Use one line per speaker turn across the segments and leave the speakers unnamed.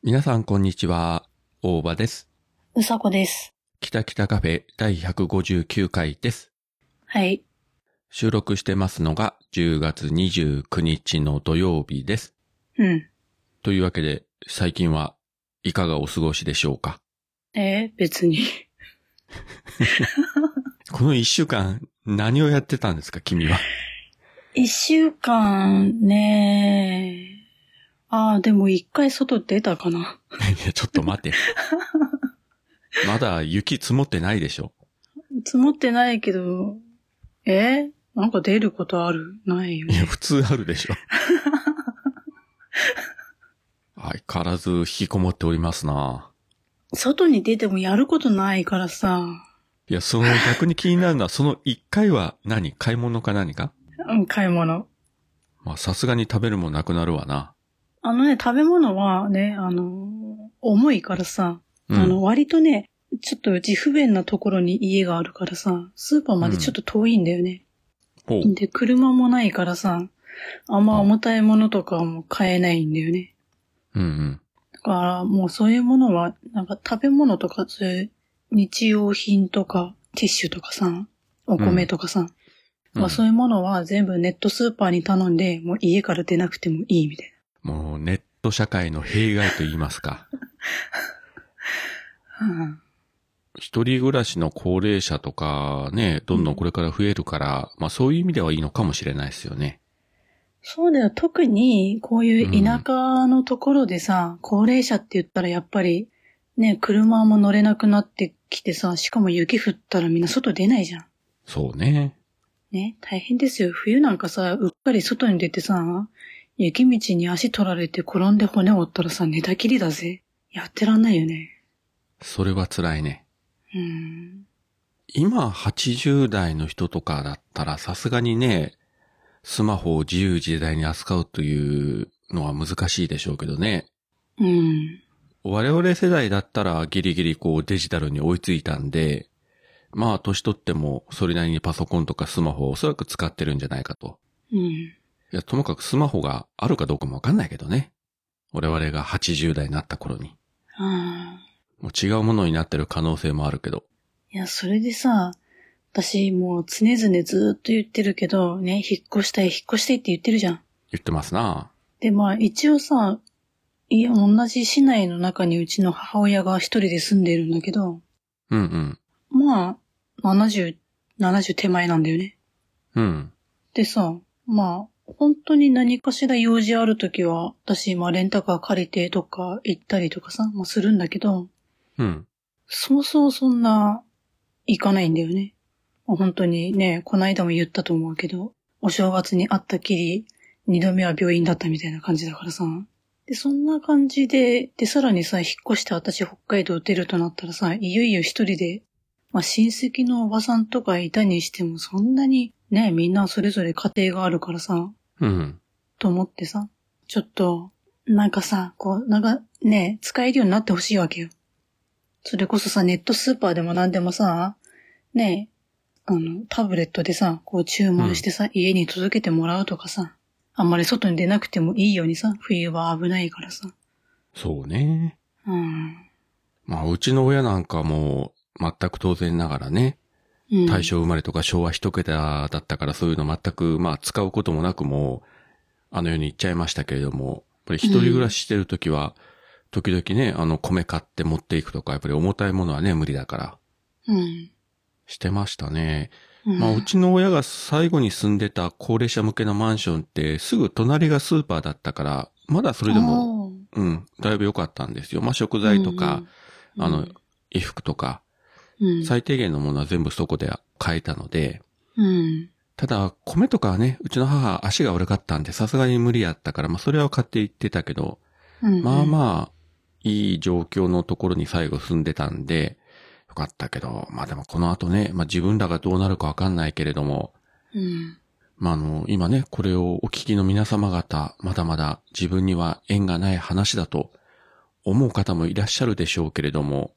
皆さんこんにちは。大場です。
うさこです。
北北カフェ第159回です。
はい。
収録してますのが10月29日の土曜日です。
うん。
というわけで、最近はいかがお過ごしでしょうか？
別に。
この1週間何をやってたんですか、君は。
1週間ね。でも1回外出たかな。
いや、ちょっと待て。まだ雪積もってないでしょ。
積もってないけど、なんか出ることある？ないよね。
いや、普通あるでしょ。相変わらず引きこもっておりますな。
外に出てもやることないからさ。
いや、逆に気になるのは、その1回は買い物か何か？
うん、買い物。
まあ、さすがに食べるもんなくなるわな。
食べ物はね、重いからさ、割とね、ちょっとうち不便なところに家があるからさ、スーパーまでちょっと遠いんだよね。で、車もないからさ、あんま重たいものとかも買えないんだよね。
うんうん。
だからもうそういうものは、なんか食べ物とか、そういう日用品とか、ティッシュとかさ、お米とかさ、まあそういうものは全部ネットスーパーに頼んで、もう家から出なくてもいいみたいな。
もうネット社会の弊害と言いますか。一人暮らしの高齢者とかね、どんどんこれから増えるから、まあそういう意味ではいいのかもしれないですよね。
そうだよ。特にこういう田舎のところでさ、高齢者って言ったらやっぱりね、車も乗れなくなってきてさ、しかも雪降ったらみんな外出ないじゃん。
そうね。
ね、大変ですよ。冬なんかさ、うっかり外に出てさ、雪道に足取られて転んで骨折ったらさ、寝たきりだぜ。やってらんないよね。
それは辛いね。今80代の人とかだったらさすがにね、スマホを自由自在に扱うというのは難しいでしょうけどね。我々世代だったらギリギリデジタルに追いついたんで、まあ年取ってもそれなりにパソコンとかスマホをおそらく使ってるんじゃないかと。いや、ともかくスマホがあるかどうかもわかんないけどね。我々が80代になった頃に。もう違うものになってる可能性もあるけど。
いや、それでさ、私もう常々ずっと言ってるけど、ね、引っ越したいって言ってるじゃん。
言ってますな。
で、まあ一応さ、同じ市内の中にうちの母親が一人で住んでるんだけど、まあ、70手前なんだよね。でさ、まあ、本当に何かしら用事あるときは、私、レンタカー借りてとか行ったりとかさ、するんだけど、そうそうそんな、行かないんだよね。本当にね、この間も言ったと思うけど、お正月に会ったきり、二度目は病院だったみたいな感じだからさ。で、そんな感じで、さらにさ、引っ越して私北海道出るとなったらさ、いよいよ一人で、親戚のおばさんとかいたにしても、そんなにね、みんなそれぞれ家庭があるからさ、と思ってさ、ちょっと、なんかさ、使えるようになってほしいわけよ。それこそさ、ネットスーパーでも何でもさ、ね、タブレットでさ、注文してさ、家に届けてもらうとかさ、あんまり外に出なくてもいいようにさ、冬は危ないからさ。
そうね。まあ、うちの親なんかも、全く当然ながらね、大正生まれとか昭和一桁だったからそういうの全く、使うこともなくもう、あの世に行っちゃいましたけれども、やっぱり一人暮らししてるときは、時々ね、米買って持っていくとか、やっぱり重たいものはね、無理だから。してましたね。まあ、うちの親が最後に住んでた高齢者向けのマンションって、すぐ隣がスーパーだったから、まだそれでも、だいぶ良かったんですよ。まあ、食材とか、衣服とか、最低限のものは全部そこで買えたので、ただ、米とかはね、うちの母足が悪かったんで、さすがに無理やったから、まあ、それは買って行ってたけど、まあまあ、いい状況のところに最後住んでたんで、よかったけど、まあでもこの後ね、自分らがどうなるかわかんないけれども、今ね、これをお聞きの皆様方、まだまだ自分には縁がない話だと思う方もいらっしゃるでしょうけれども、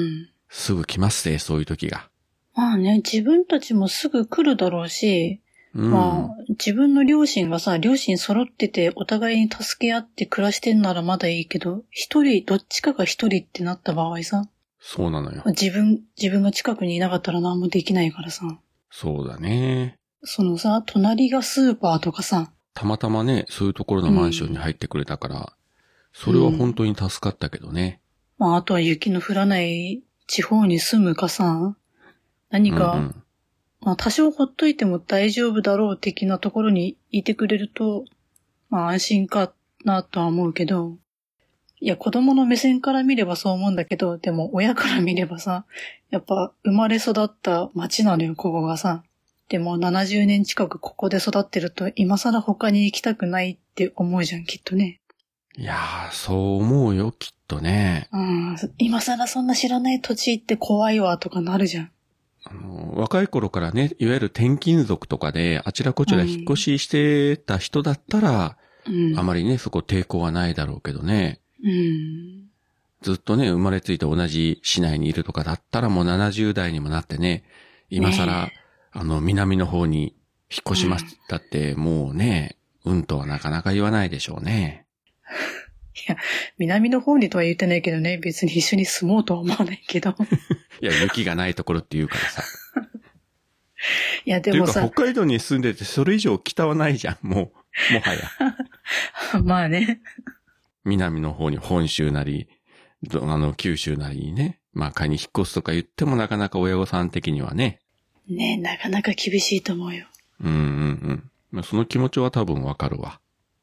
すぐ来ますね、そういう時が。
まあね、自分たちもすぐ来るだろうし、 まあ、自分の両親がさ、両親揃っててお互いに助け合って暮らしてんならまだいいけど、どっちかが一人ってなった場合さ。
そうなのよ。
自分が近くにいなかったら何もできないからさ。
そうだね。
そのさ、隣がスーパーとかさ。
たまたまね、そういうところのマンションに入ってくれたから、それは本当に助かったけどね。
まあ、あとは雪の降らない地方に住むかさ、何か、まあ多少ほっといても大丈夫だろう的なところにいてくれると、まあ安心かなとは思うけど、いや子供の目線から見ればそう思うんだけど、でも親から見ればさ、やっぱ生まれ育った町なのよ、ここがさ。でも70年近くここで育ってると今更他に行きたくないって思うじゃん、きっとね。
いやー、そう思うよ、きっとね。
今更そんな知らない土地行って怖いわとかなるじゃん。
若い頃からね、いわゆる転勤族とかであちらこちら引っ越ししてた人だったら、あまりね、そこ抵抗はないだろうけどね。ずっとね、生まれついて同じ市内にいるとかだったらもう70代にもなってね、今更、南の方に引っ越しましたって、もうね、とはなかなか言わないでしょうね。
いや、南の方にとは言ってないけどね、別に一緒に住もうとは思わないけど。
いや、雪がないところって言うからさ。
いや、でもさ。
というか、北海道に住んでて、それ以上北はないじゃん、もは
や。まあね。
南の方に本州なり、九州なりにね、まあ、買いに引っ越すとか言ってもなかなか親御さん的にはね。
ねえ、なかなか厳しいと思うよ。
まあ、その気持ちは多分わかるわ。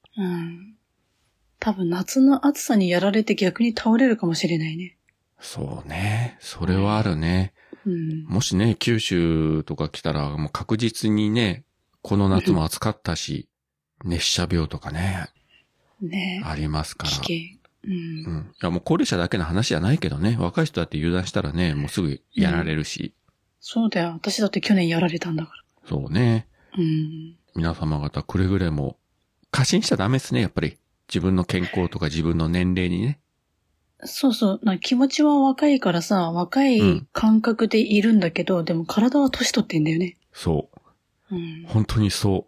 多分夏の暑さにやられて逆に倒れるかもしれないね。
そうね。それはあるね。もしね、九州とか来たらもう確実にね、この夏も暑かったし、熱射病とかね。ありますから。
危険。
いやもう高齢者だけの話じゃないけどね、若い人だって油断したらね、もうすぐやられるし。
そうだよ。私だって去年やられたんだから。
そうね。皆様方くれぐれも過信しちゃダメですね、やっぱり。自分の健康とか自分の年齢にね。
そうそう。気持ちは若いからさ、若い感覚でいるんだけど、でも体は年取ってんだよね。
そう。本当にそう。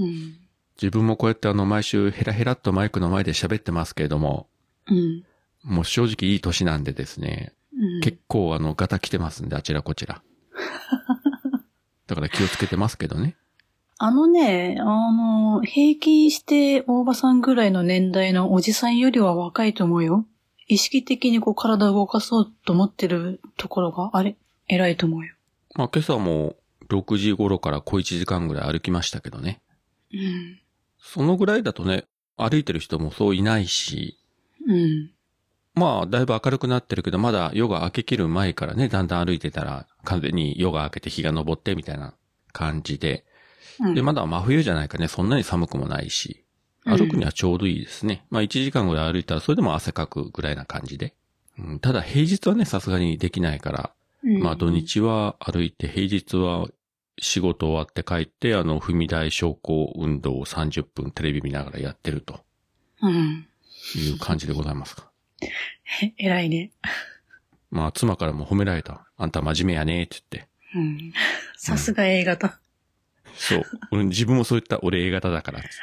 自分もこうやって毎週ヘラヘラっとマイクの前で喋ってますけれども、もう正直いい年なんでですね、結構ガタ来てますんで、あちらこちら。だから気をつけてますけどね。
平均して大場さんぐらいの年代のおじさんよりは若いと思うよ。意識的に体を動かそうと思ってるところが偉いと思うよ。
まあ今朝も6時頃から小1時間ぐらい歩きましたけどね。そのぐらいだとね、歩いてる人もそういないし。まあだいぶ明るくなってるけど、まだ夜が明けきる前からね、だんだん歩いてたら完全に夜が明けて日が昇ってみたいな感じで。で、まだ真冬じゃないかね、そんなに寒くもないし、歩くにはちょうどいいですね。まあ1時間ぐらい歩いたらそれでも汗かくぐらいな感じで。ただ平日はね、さすがにできないから、まあ土日は歩いて、平日は仕事終わって帰って、踏み台昇降運動を30分テレビ見ながらやってると。いう感じでございますか。
偉いね。
まあ妻からも褒められた。あんた真面目やねって言って。
さすが A 型。
そう。自分もそういった俺 A 型だからっつって。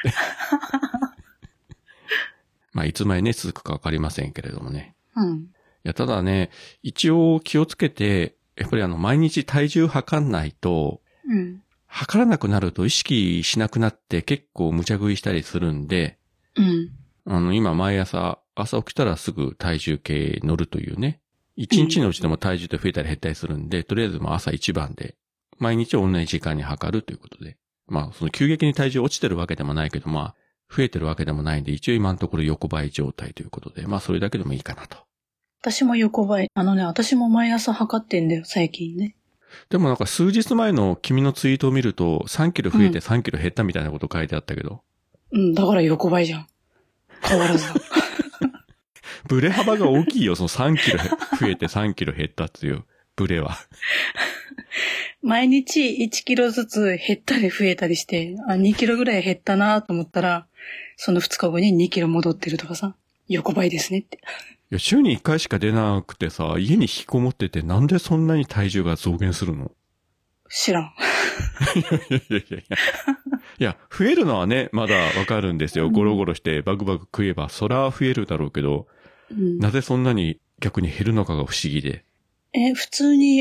まあ、いつまでね、続くかわかりませんけれどもね。いや、ただね、一応気をつけて、やっぱり毎日体重測んないと、測らなくなると意識しなくなって結構無茶食いしたりするんで、今毎朝起きたらすぐ体重計乗るというね。一日のうちでも体重って増えたり減ったりするんで、とりあえずもう朝一番で、毎日同じ時間に測るということで。まあ、その急激に体重落ちてるわけでもないけど、まあ、増えてるわけでもないんで、一応今のところ横ばい状態ということで、まあ、それだけでもいいかなと。
私も横ばい。私も毎朝測ってんだよ、最近ね。
でもなんか数日前の君のツイートを見ると、3キロ増えて3キロ減ったみたいなこと書いてあったけど。
だから横ばいじゃん。変わらず。
ブレ幅が大きいよ、その3キロ増えて3キロ減ったっていうブレは。
毎日1キロずつ減ったり増えたりして、2キロぐらい減ったなと思ったら、その2日後に2キロ戻ってるとかさ、横ばいですねって。
いや、週に1回しか出なくてさ、家に引きこもっててなんでそんなに体重が増減するの？
知らん。
いや、増えるのはね、まだわかるんですよ。ゴロゴロしてバクバク食えば、そら増えるだろうけど、なぜそんなに逆に減るのかが不思議で。
普通に、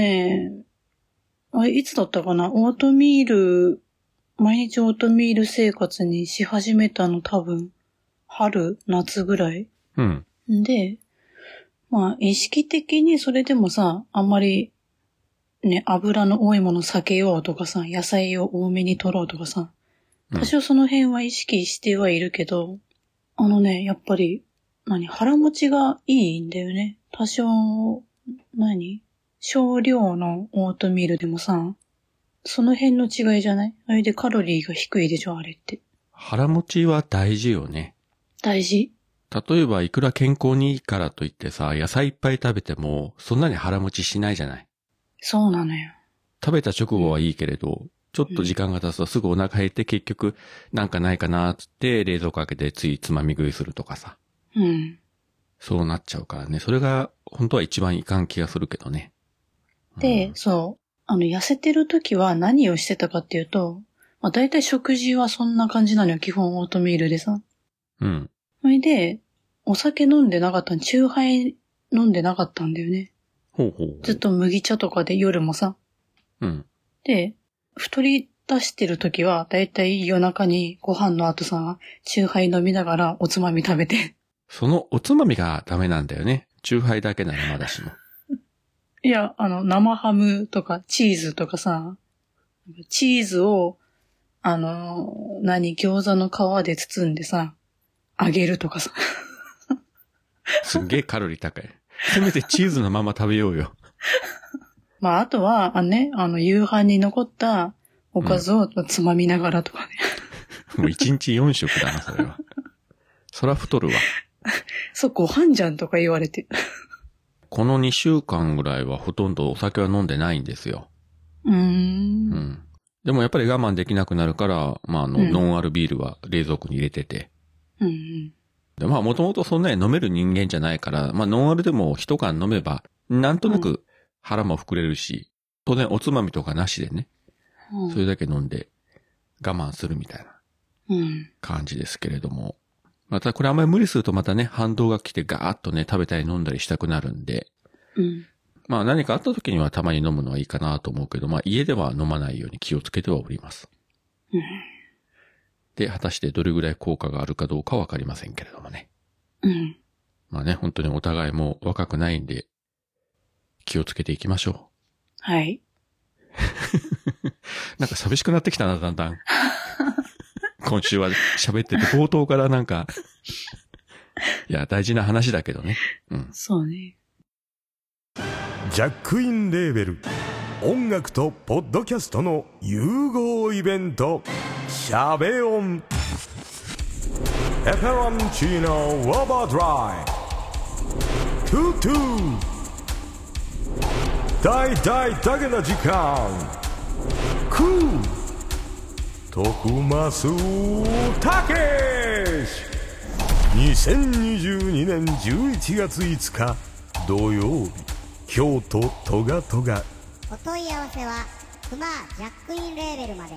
いつだったかな、オートミール、毎日オートミール生活にし始めたの多分、春、夏ぐらい。
うん。
で、まあ、意識的にそれでもさ、あんまり、ね、油の多いもの避けようとかさ、野菜を多めに取ろうとかさ、多少その辺は意識してはいるけど、やっぱり、腹持ちがいいんだよね。多少、少量のオートミールでもさ、その辺の違いじゃない？あれでカロリーが低いでしょ、あれって。
腹持ちは大事よね。
大事。
例えばいくら健康にいいからといってさ、野菜いっぱい食べても、そんなに腹持ちしないじゃない。
そうなのよ。
食べた直後はいいけれど、ちょっと時間が経つとすぐお腹減って結局、なんかないかなーって冷蔵庫開けてついつまみ食いするとかさ。
うん。
そうなっちゃうからね。それが本当は一番いかん気がするけどね。
で、そう。痩せてる時は何をしてたかっていうと、まあ大体食事はそんな感じなのよ。基本オートミールでさ。
うん。
それで、お酒飲んでなかったチューハイ飲んでなかったんだよね。
ほうほう。
ずっと麦茶とかで夜もさ。
うん。
で、太り出してる時は、だいたい夜中にご飯の後さ、チューハイ飲みながらおつまみ食べて。
そのおつまみがダメなんだよね。チューハイだけならまだしも。
いや、生ハムとかチーズとかさ、チーズを、餃子の皮で包んでさ、揚げるとかさ。
すんげえカロリー高い。せめてチーズのまま食べようよ。
まあ、あとは、夕飯に残ったおかずをつまみながらとかね。
もう1日4食だな、それは。そら太るわ。
そう、ご飯じゃんとか言われて。
この2週間ぐらいはほとんどお酒は飲んでないんですよ。
うん。
でもやっぱり我慢できなくなるから、まあノンアルビールは冷蔵庫に入れてて。
うん。
で、まあもともとそんなに飲める人間じゃないから、まあノンアルでも一缶飲めば、なんとなく腹も膨れるし、当然おつまみとかなしでね、それだけ飲んで我慢するみたいな感じですけれども。またこれあんまり無理するとまたね、反動が来てガーッとね、食べたり飲んだりしたくなるんで、まあ何かあった時にはたまに飲むのはいいかなと思うけど、まあ家では飲まないように気をつけてはおります。で、果たしてどれぐらい効果があるかどうかわかりませんけれどもね。まあね、本当にお互いもう若くないんで、気をつけていきましょう。
はい。
なんか寂しくなってきたな、だんだん。今週は喋ってて冒頭からなんか、いや、大事な話だけどね。
そうね。
ジャックインレーベル音楽とポッドキャストの融合イベントシャベオンエペロンチーノウォーバードライトゥトゥ大大だけな時間クー徳増たけし2022年11月5日土曜日京都トガトガ
お問い合わせはクマジャックインレーベルまで。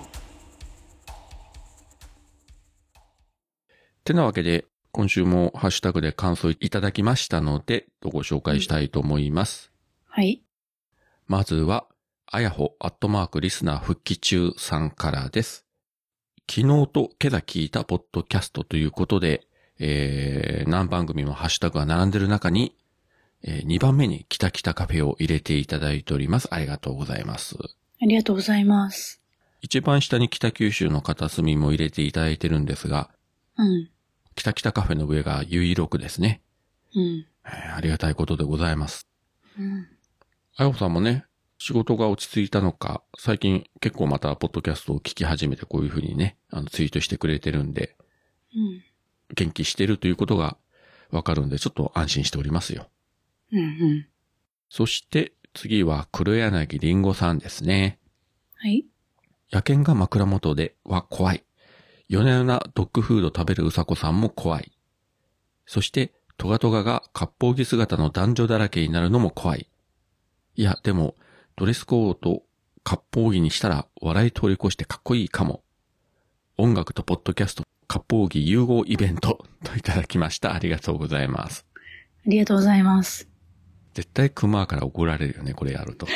てなわけで今週もハッシュタグで感想いただきましたのでご紹介したいと思います。
はい。
まずはあやほ@リスナー復帰中さんからです。昨日と今朝聞いたポッドキャストということで、何番組もハッシュタグが並んでる中に2番目にキタキタカフェを入れていただいております。ありがとうございます。
ありがとうございます。
一番下に北九州の片隅も入れていただいてるんですが、キタキタカフェの上がゆいろくですね。ありがたいことでございます。あやほさんもね、仕事が落ち着いたのか、最近結構またポッドキャストを聞き始めてこういう風にね、ツイートしてくれてるんで、元気してるということがわかるんで、ちょっと安心しておりますよ。そして次は黒柳りんごさんですね。
はい。
野犬が枕元では怖い。夜な夜なドッグフード食べるうさこさんも怖い。そしてトガトガが割烹着姿の男女だらけになるのも怖い。いや、でもドレスコード割烹着にしたら笑い通り越してかっこいいかも。音楽とポッドキャスト割烹着融合イベントといただきました。ありがとうございます。
ありがとうございます。
絶対熊から怒られるよね、これやると。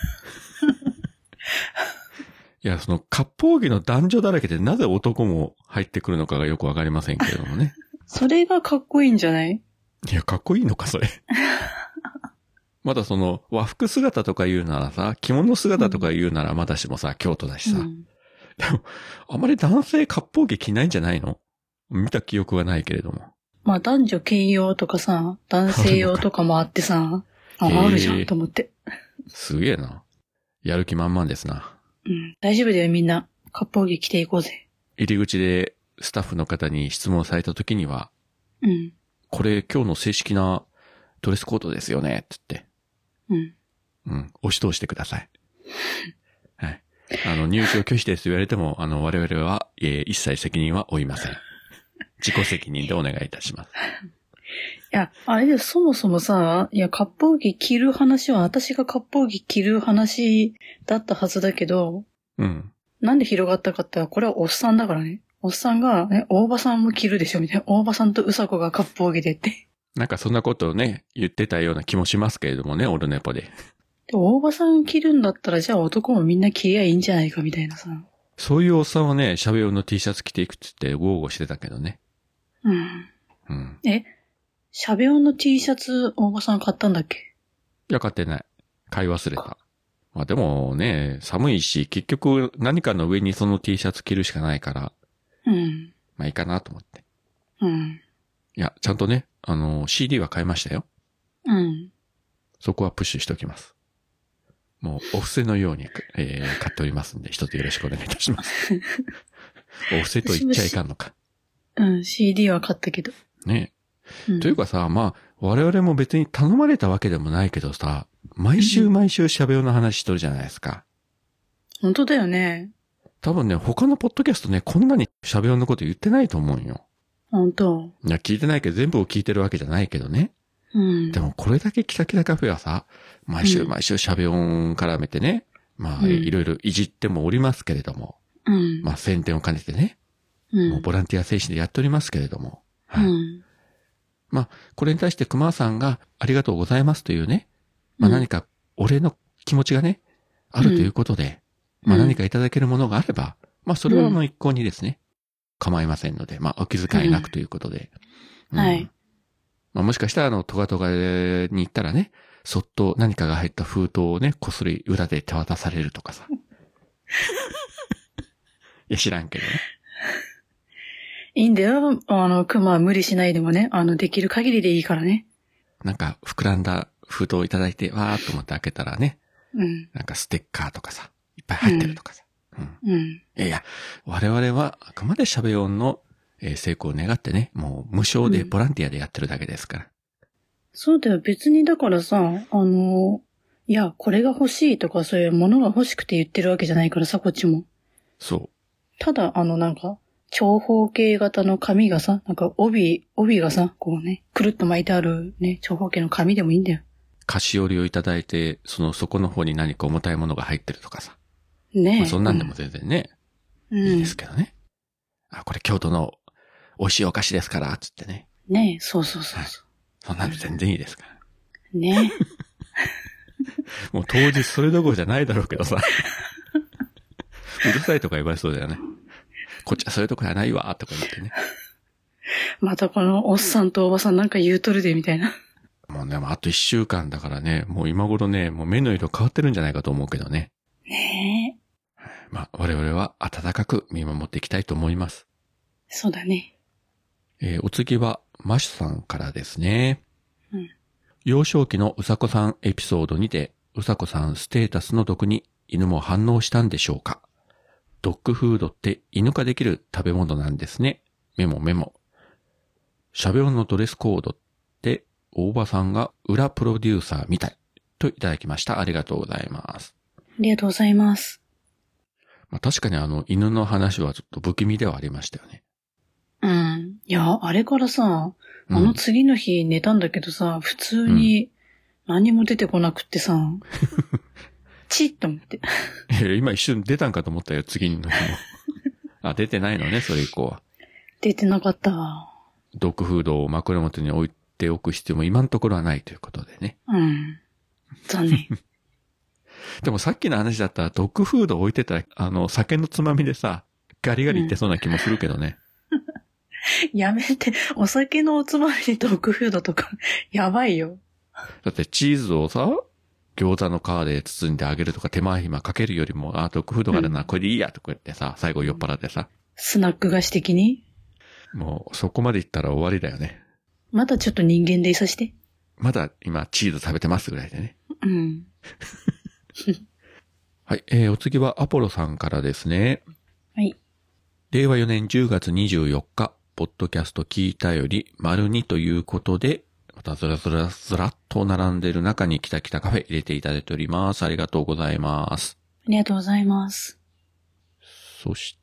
いや、その割烹着の男女だらけでなぜ男も入ってくるのかがよくわかりませんけれどもね。
それがかっこいいんじゃない？
いや、かっこいいのか、それ。まだその和服姿とか言うならさ、着物姿とか言うならまだしもさ、京都だしさ。でも、あまり男性割烹着着ないんじゃないの？見た記憶はないけれども。
まあ男女兼用とかさ、男性用とかもあってさ、あるじゃんと思って。
すげえな。やる気満々ですな。
うん、大丈夫だよみんな。割烹着着ていこうぜ。
入り口でスタッフの方に質問された時には、
うん。
これ今日の正式なドレスコードですよね、って言って。
うん。
うん、押し通してください。はい。入場拒否ですと言われても、我々は、一切責任は負いません。自己責任でお願いいたします。
いや、あれでそもそもさ、いや、割烹着着る話は私が割烹着着る話だったはずだけど、
うん。
なんで広がったかってこれはおっさんだからね。おっさんが、大場さんも着るでしょみたいな。大場さんとうさこが割烹着でって。
なんかそんなことをね、言ってたような気もしますけれどもね、オルネポで。
大場さん着るんだったら、じゃあ男もみんな着りゃいいんじゃないかみたいなさ。
そういうおっさんはね、シャベオの T シャツ着ていくって言って、豪語してたけどね。
うん。
うん。
シャベオの T シャツ、大場さん買ったんだっけ？
いや、買ってない。買い忘れた。まあでもね、寒いし、結局何かの上にその T シャツ着るしかないから。
うん。
まあいいかなと思って。
うん。
いや、ちゃんとね、CD は買いましたよ。
うん。
そこはプッシュしておきます。もう、お布施のように、買っておりますんで、一つよろしくお願いいたします。お布施と言っちゃいかんのか。
うん、CD は買ったけど。
ねえ。うん、というかさ、まあ、我々も別に頼まれたわけでもないけどさ、毎週シャベオの話しとるじゃないですか。
本当だよね。
多分ね、他のポッドキャストね、こんなにシャベオのこと言ってないと思うよ。
本当。
いや、聞いてないけど、全部を聞いてるわけじゃないけどね。
うん。
でもこれだけキラキラカフェはさ、毎週シャベオン絡めてね、まあ、いろいろいじってもおりますけれども、
うん。
まあ、宣伝を兼ねてね、
うん。
もうボランティア精神でやっておりますけれども、
はい。うん。
まあ、これに対して熊さんがありがとうございますというね、まあ何かお礼の気持ちがね、あるということで、まあ何かいただけるものがあれば、まあそれは一向にですね、構いませんので、まあお気遣いなくということで。
はい。
まあもしかしたらトガトガに行ったらね、そっと何かが入った封筒をね、こっそり裏で手渡されるとかさ。いや知らんけどね。
いいんだよ。熊は無理しないでもね、できる限りでいいからね。
なんか膨らんだ封筒をいただいて、わーっと思って開けたらね、
うん。
なんかステッカーとかさ、いっぱい入ってるとかさ。
うん。うん。
いや、我々はあくまでシャベオンの成功を願ってね、もう無償でボランティアでやってるだけですから。
そうだよ。別にだからさ、いや、これが欲しいとかそういうものが欲しくて言ってるわけじゃないからさ、こっちも。
そう。
ただ、なんか、長方形型の紙がさ、なんか帯がさ、こうね、くるっと巻いてあるね、長方形の紙でもいいんだよ。
菓子折りをいただいて、底の方に何か重たいものが入ってるとかさ。
ねえ。
まあ、そんなんでも全然ね、いいですけどね。あ、これ京都の美味しいお菓子ですから、つってね。
ねえ、そうそう。はい、
そんなんで全然いいですから。
ね
え。もう当日それどころじゃないだろうけどさ。うるさいとか言われそうだよね。こっちはそういうとこじゃないわ、とか言ってね。
またこのおっさんとおばさんなんか言うとるで、みたいな。
もうね、あと1週間だからね、もう今頃ね、もう目の色変わってるんじゃないかと思うけどね。
ねえ。
まあ、我々は温かく見守っていきたいと思います。
そうだね。
お次は、マシュさんからですね。
うん。
幼少期のうさこさんエピソードにて、うさこさんステータスの毒に犬も反応したんでしょうか。ドッグフードって犬化できる食べ物なんですね。メモメモ。シャベオンのドレスコードって大場さんが裏プロデューサーみたいといただきました。ありがとうございます。
ありがとうございます。
まあ、確かに犬の話はちょっと不気味ではありましたよね。
うん。いや、あれからさ、次の日寝たんだけどさ、普通に何も出てこなくってさ。 チッと思って。
今一瞬出たんかと思ったよ、次の日も。あ、出てないのね、それ以降は。
出てなかったわ。
ドッグフードを枕元に置いておく必要も今のところはないということでね。
うん。残念。
でもさっきの話だったらドッグフード置いてたら、酒のつまみでさ、ガリガリいってそうな気もするけどね。
やめて、お酒のおつまみでドッグフードとか、やばいよ。
だってチーズをさ、餃子の皮で包んであげるとか手間暇かけるよりも、ドッグフードがあるな、これでいいやとか言ってさ、最後酔っ払ってさ。
スナック菓子的に？
もう、そこまで行ったら終わりだよね。
まだちょっと人間でいさして。
まだ今チーズ食べてますぐらいでね。
うん。
はい、お次はアポロさんからですね。
はい。
令和4年10月24日、ポッドキャスト聞いたより、2ということで、またずらっと並んでいる中にキタキタカフェ入れていただいております。ありがとうございます。
ありがとうございます。
そして、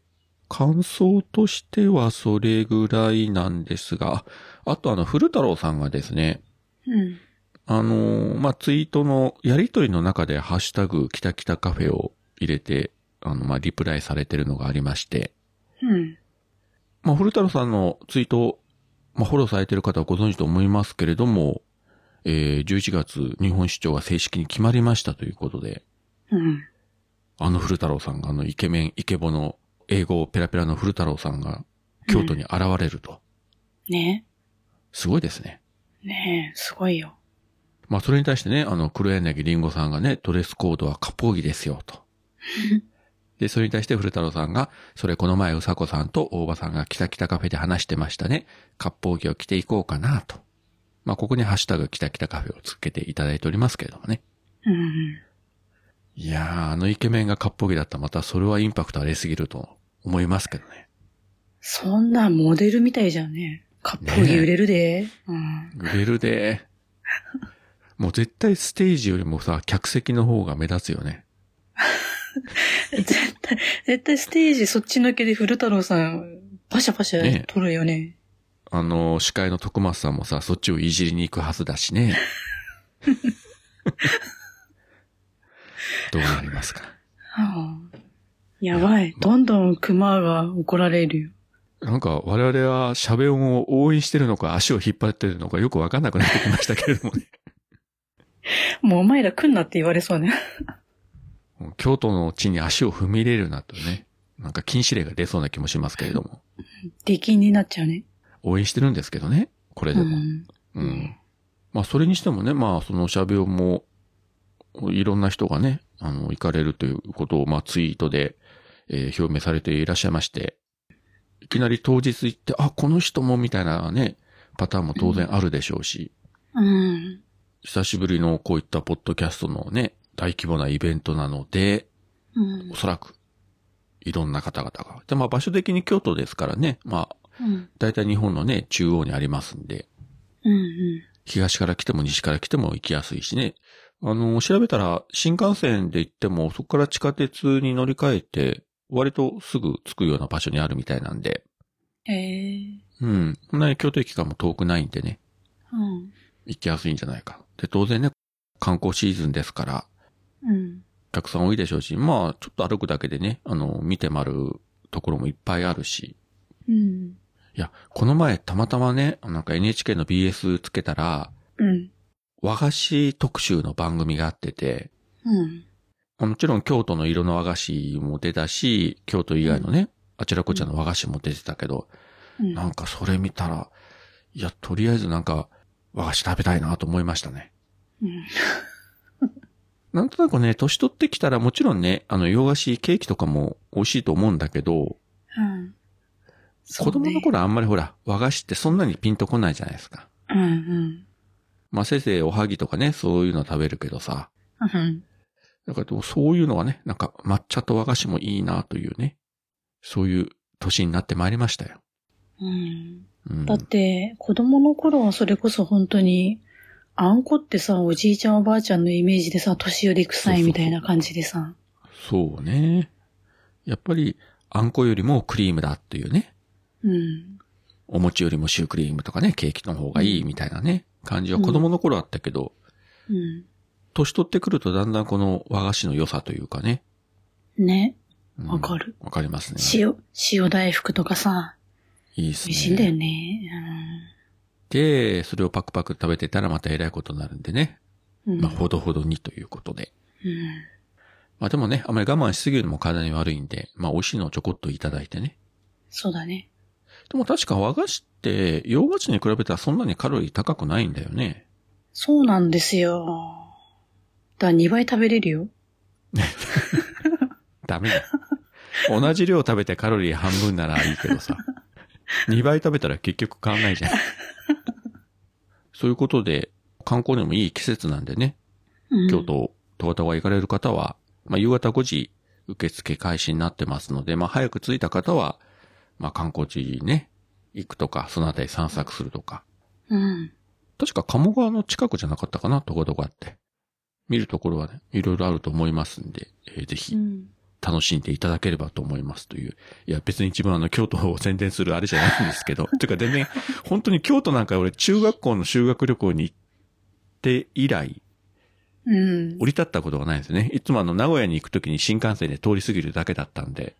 感想としてはそれぐらいなんですが、あと古太郎さんがですね、
うん。
ツイートのやりとりの中でハッシュタグキタキタカフェを入れて、リプライされてるのがありまして、
うん。
古太郎さんのツイート、フォローされてる方はご存知と思いますけれども、11月日本出張が正式に決まりましたということで、
うん。
古太郎さんがイケメン、イケボの英語ペラペラの古太郎さんが京都に現れると。
ね。
すごいですね。
ねえ、すごいよ。
それに対してね、黒柳りんごさんがね、ドレスコードは割烹着ですよ、と。で、それに対して古太郎さんが、それこの前うさこさんと大場さんがキタキタカフェで話してましたね。割烹着を着ていこうかな、と。ここにハッシュタグキタキタカフェをつけていただいておりますけれどもね。
うん。
いやー、イケメンが割烹着だったらまたそれはインパクトありすぎると思いますけどね。
そんなモデルみたいじゃんね。割烹着売れるで。
うん。売れるで。もう絶対ステージよりもさ、客席の方が目立つよね。
絶対ステージそっちのけで古太郎さん、パシャパシャ撮るよね。
司会の徳松さんもさ、そっちをいじりに行くはずだしね。どうなりますか。
やばい。どんどん熊が怒られるよ。
なんか我々はシャベオンを応援してるのか足を引っ張ってるのかよくわかんなくなってきましたけれどもね。
もうお前ら来んなって言われそうね。
京都の地に足を踏み入れるなとね。なんか禁止令が出そうな気もしますけれども。
出禁になっちゃうね。
応援してるんですけどね。これでも。うん。それにしてもね、そのシャベオンも、いろんな人がね、行かれるということを、ツイートで、表明されていらっしゃいまして、いきなり当日行って、この人もみたいなね、パターンも当然あるでしょうし、
うん。
久しぶりのこういったポッドキャストのね、大規模なイベントなので、おそらく、いろんな方々が。で、場所的に京都ですからね、だいたい日本のね、中央にありますんで、東から来ても西から来ても行きやすいしね。調べたら新幹線で行ってもそこから地下鉄に乗り換えて割とすぐ着くような場所にあるみたいなんで。うん。こんなに京都駅からも遠くないんでね。
うん。
行きやすいんじゃないか。で、当然ね、観光シーズンですから。
うん。
お客さん多いでしょうし、ちょっと歩くだけでね、見て回るところもいっぱいあるし。
うん。
いや、この前たまたまね、なんか NHK の BS つけたら、
うん。
和菓子特集の番組があってて、
うん。
もちろん京都の色の和菓子も出たし、京都以外のね、あちらこちらの和菓子も出てたけど、なんかそれ見たら、いや、とりあえずなんか和菓子食べたいなと思いましたね。なんとなくね、年取ってきたらもちろんね、洋菓子、ケーキとかも美味しいと思うんだけど、子供の頃あんまりほら、和菓子ってそんなにピンとこないじゃないですか。せいぜいおはぎとかね、そういうの食べるけどさ。だからそういうのはね、なんか抹茶と和菓子もいいなというね、そういう年になってまいりましたよ。
だって、子供の頃はそれこそ本当に、あんこってさ、おじいちゃんおばあちゃんのイメージでさ、年寄り臭いみたいな感じでさ。
そうね。やっぱり、あんこよりもクリームだっていうね。お餅よりもシュークリームとかね、ケーキの方がいいみたいなね、感じは子供の頃あったけど、 年取ってくるとだんだんこの和菓子の良さというかね。
ね。わかる。
わかりますね。
塩大福とかさ。
いいっすね。
美味しいんだよね。
で、それをパクパク食べてたらまた偉いことになるんでね。まあ、ほどほどにということで。まあでもね、あまり我慢しすぎるのも体に悪いんで、まあ美味しいのをちょこっといただいてね。
そうだね。
でも確か和菓子って、洋菓子に比べたらそんなにカロリー高くないんだよね。
そうなんですよ。だから2倍食べれるよ。
ダメだ。同じ量食べてカロリー半分ならいいけどさ。2倍食べたら結局変わんないじゃん。そういうことで、観光にもいい季節なんでね。京都、十和田川行かれる方は、まあ夕方5時受付開始になってますので、まあ早く着いた方は、まあ観光地にね、行くとか、そのあたり散策するとか。確か鴨川の近くじゃなかったかな、十和田川って。見るところはね、いろいろあると思いますんで、ぜひ、楽しんでいただければと思いますという。いや、別に一番京都を宣伝するあれじゃないんですけど。てか全然、本当に京都なんか俺中学校の修学旅行に行って以来、降り立ったことがないんですよね。いつも名古屋に行くときに新幹線で通り過ぎるだけだったんで。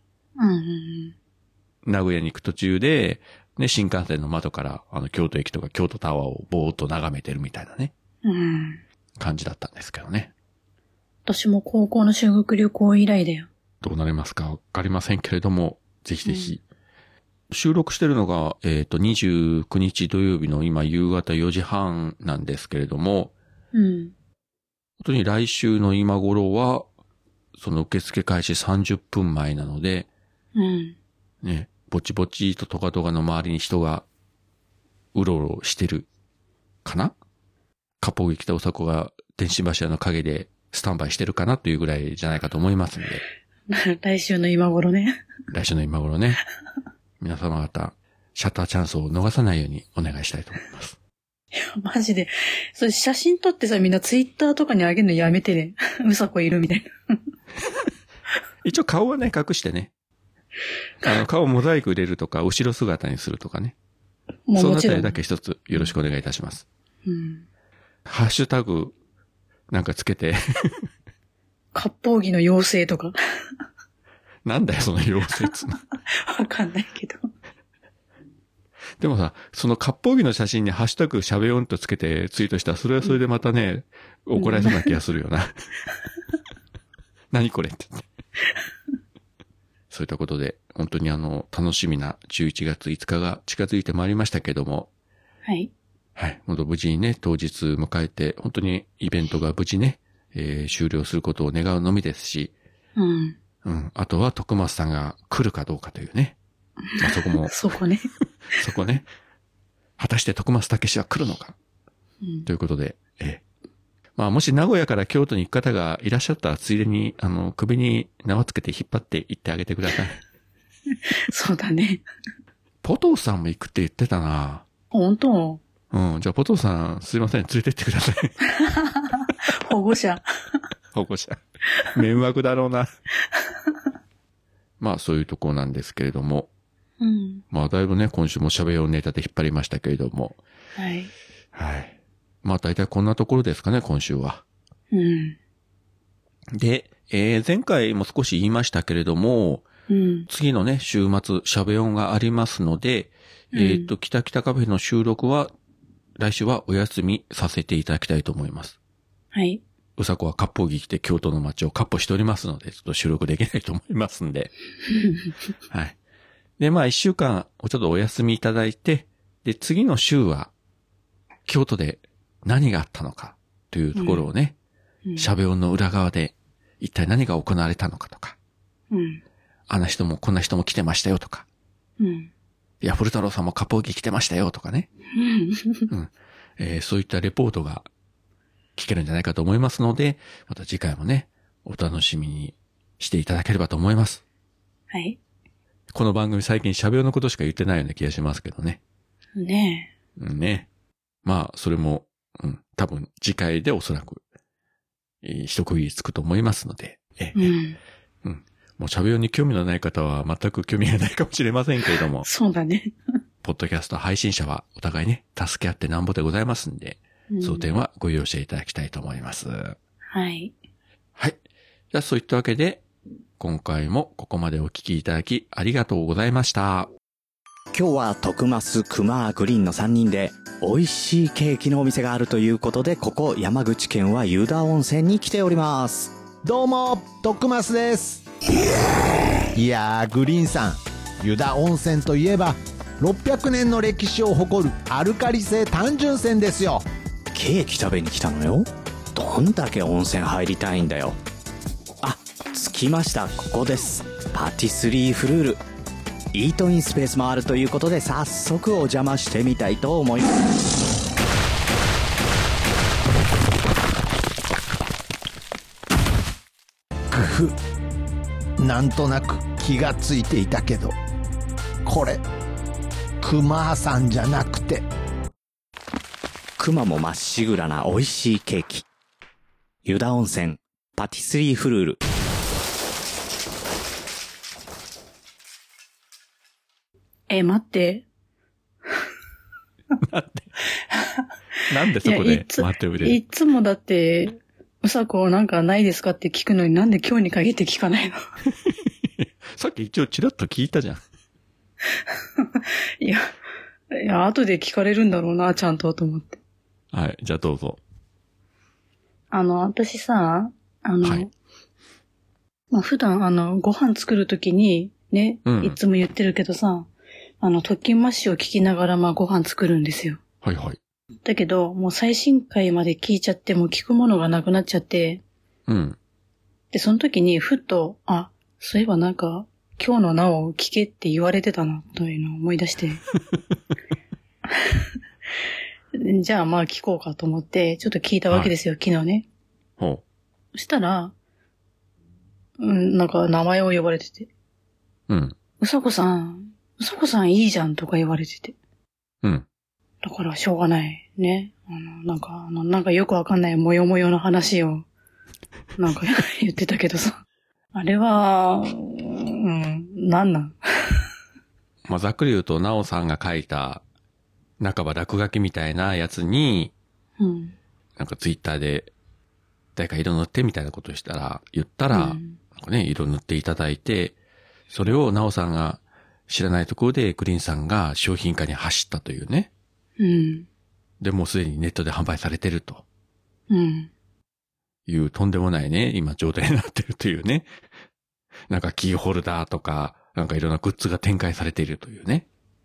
名古屋に行く途中で、ね、新幹線の窓から京都駅とか京都タワーをぼーっと眺めてるみたいなね。感じだったんですけどね。
私も高校の修学旅行以来だよ。
どうなりますかわかりませんけれども、ぜひぜひ。収録してるのが、29日土曜日の今夕方4時半なんですけれども、本当に来週の今頃は、その受付開始30分前なので、ね、ぼちぼちとトカトカの周りに人がうろうろしてるかな？割烹着着たおさこが電信柱の陰でスタンバイしてるかなというぐらいじゃないかと思いますんで。
来週の今頃ね。
来週の今頃ね。皆様方、シャッターチャンスを逃さないようにお願いしたいと思います。
いや、マジで。それ写真撮ってさ、みんなツイッターとかに上げるのやめてね。うさこいるみたいな。
一応顔はね、隠してね。顔モザイク入れるとか、後ろ姿にするとかね。そのあたりだけ一つよろしくお願いいたします。ハッシュタグなんかつけて。
割烹着の妖精とか。
なんだよ、その妖精っつうの。
わかんないけど。
でもさ、その割烹着の写真にハッシュタグしゃべ音とつけてツイートしたら、それはそれでまたね、怒られそうな気がするよな。何これって。そういったことで、本当に楽しみな11月5日が近づいてまいりましたけども。
はい。
はい。本当無事にね、当日迎えて、本当にイベントが無事ね、終了することを願うのみですし。あとは徳松さんが来るかどうかというね。まあ、そこも。
そこね。
そこね。果たして徳松武史は来るのか。ということで、まあもし名古屋から京都に行く方がいらっしゃったら、ついでに、首に縄つけて引っ張って行ってあげてください。
そうだね。
ポトフさんも行くって言ってたな。
本当？
じゃあポトフさん、すいません、連れてってください。
保護者。
保護者。迷惑だろうな。まあそういうところなんですけれども。まあだいぶね、今週も喋りをネタで引っ張りましたけれども。
はい。
はい。まあ大体こんなところですかね、今週は。で、前回も少し言いましたけれども、次のね、週末、喋音がありますので、キタキタカフェの収録は、来週はお休みさせていただきたいと思います。
はい。
うさこは割烹着着て京都の街を割烹しておりますので、ちょっと収録できないと思いますんで。はい。で、まあ一週間、ちょっとお休みいただいて、で、次の週は、京都で何があったのかというところをね、喋音の裏側で一体何が行われたのかとか、あんな人もこんな人も来てましたよとか、いや、古太郎さんも割烹着来てましたよとかね、そういったレポートが聞けるんじゃないかと思いますので、また次回もね、お楽しみにしていただければと思います。
はい。
この番組最近喋音のことしか言ってないような気がしますけどね。
ね
え。ね。まあ、それも、多分次回でおそらく、一区切りつくと思いますので、もう喋音に興味のない方は全く興味がないかもしれませんけれども。
そうだね。
ポッドキャスト配信者はお互いね、助け合ってなんぼでございますんで、その点はご容赦いただきたいと思います。
はい。
はい。じゃあそういったわけで、今回もここまでお聞きいただきありがとうございました。
今日は徳増、熊、グリーンの3人で美味しいケーキのお店があるということで、ここ山口県は湯田温泉に来ております。
どうも、徳増です。いやー、グリーンさん、湯田温泉といえば600年の歴史を誇るアルカリ性単純泉ですよ。
ケーキ食べに来たのよ。どんだけ温泉入りたいんだよ。あ、着きました。ここです。パティスリーフルール。イートインスペースもあるということで、早速お邪魔してみたいと思います。
くふ、なんとなく気がついていたけど、これ熊さんじゃなくて、
熊もまっしぐらな美味しいケーキ。湯田温泉パティスリーフルール。
待って。
なんでそこで待ってる
いつもだって、うさこなんかないですかって聞くのになんで今日に限って聞かないの？
さっき一応チラッと聞いたじゃん。
いや、後で聞かれるんだろうな、ちゃんとと思って。
はい、じゃあどうぞ。
私さ、
はい。
まあ、普段ご飯作るときに、ね、いつも言ってるけどさ、特訓マッシュを聞きながらまあご飯作るんですよ。
はいはい。
だけど、もう最新回まで聞いちゃって、もう聞くものがなくなっちゃって、
うん。
で、その時にふっと、あ、そういえばなんか、今日のなお聞けって言われてたな、というのを思い出して。じゃあまあ聞こうかと思って、ちょっと聞いたわけですよ、昨日ね。
ほう。
そしたら、なんか名前を呼ばれてて。
うん。
うさこさんいいじゃんとか言われてて。
うん。
だからしょうがないね。なんかよくわかんないもよもよの話を、なんか言ってたけどさ。あれは、なんなん
まあ、ざっくり言うと、なおさんが書いた、半ば落書きみたいなやつに、なんかツイッターで、誰か色塗ってみたいなこと言ったら、なんかね、色塗っていただいて、それをなおさんが知らないところでグリーンさんが商品化に走ったというね。で、もうすでにネットで販売されてると。いうとんでもないね、今状態になってるというね。なんかキーホルダーとか、なんかいろんなグッズが展開されているというね。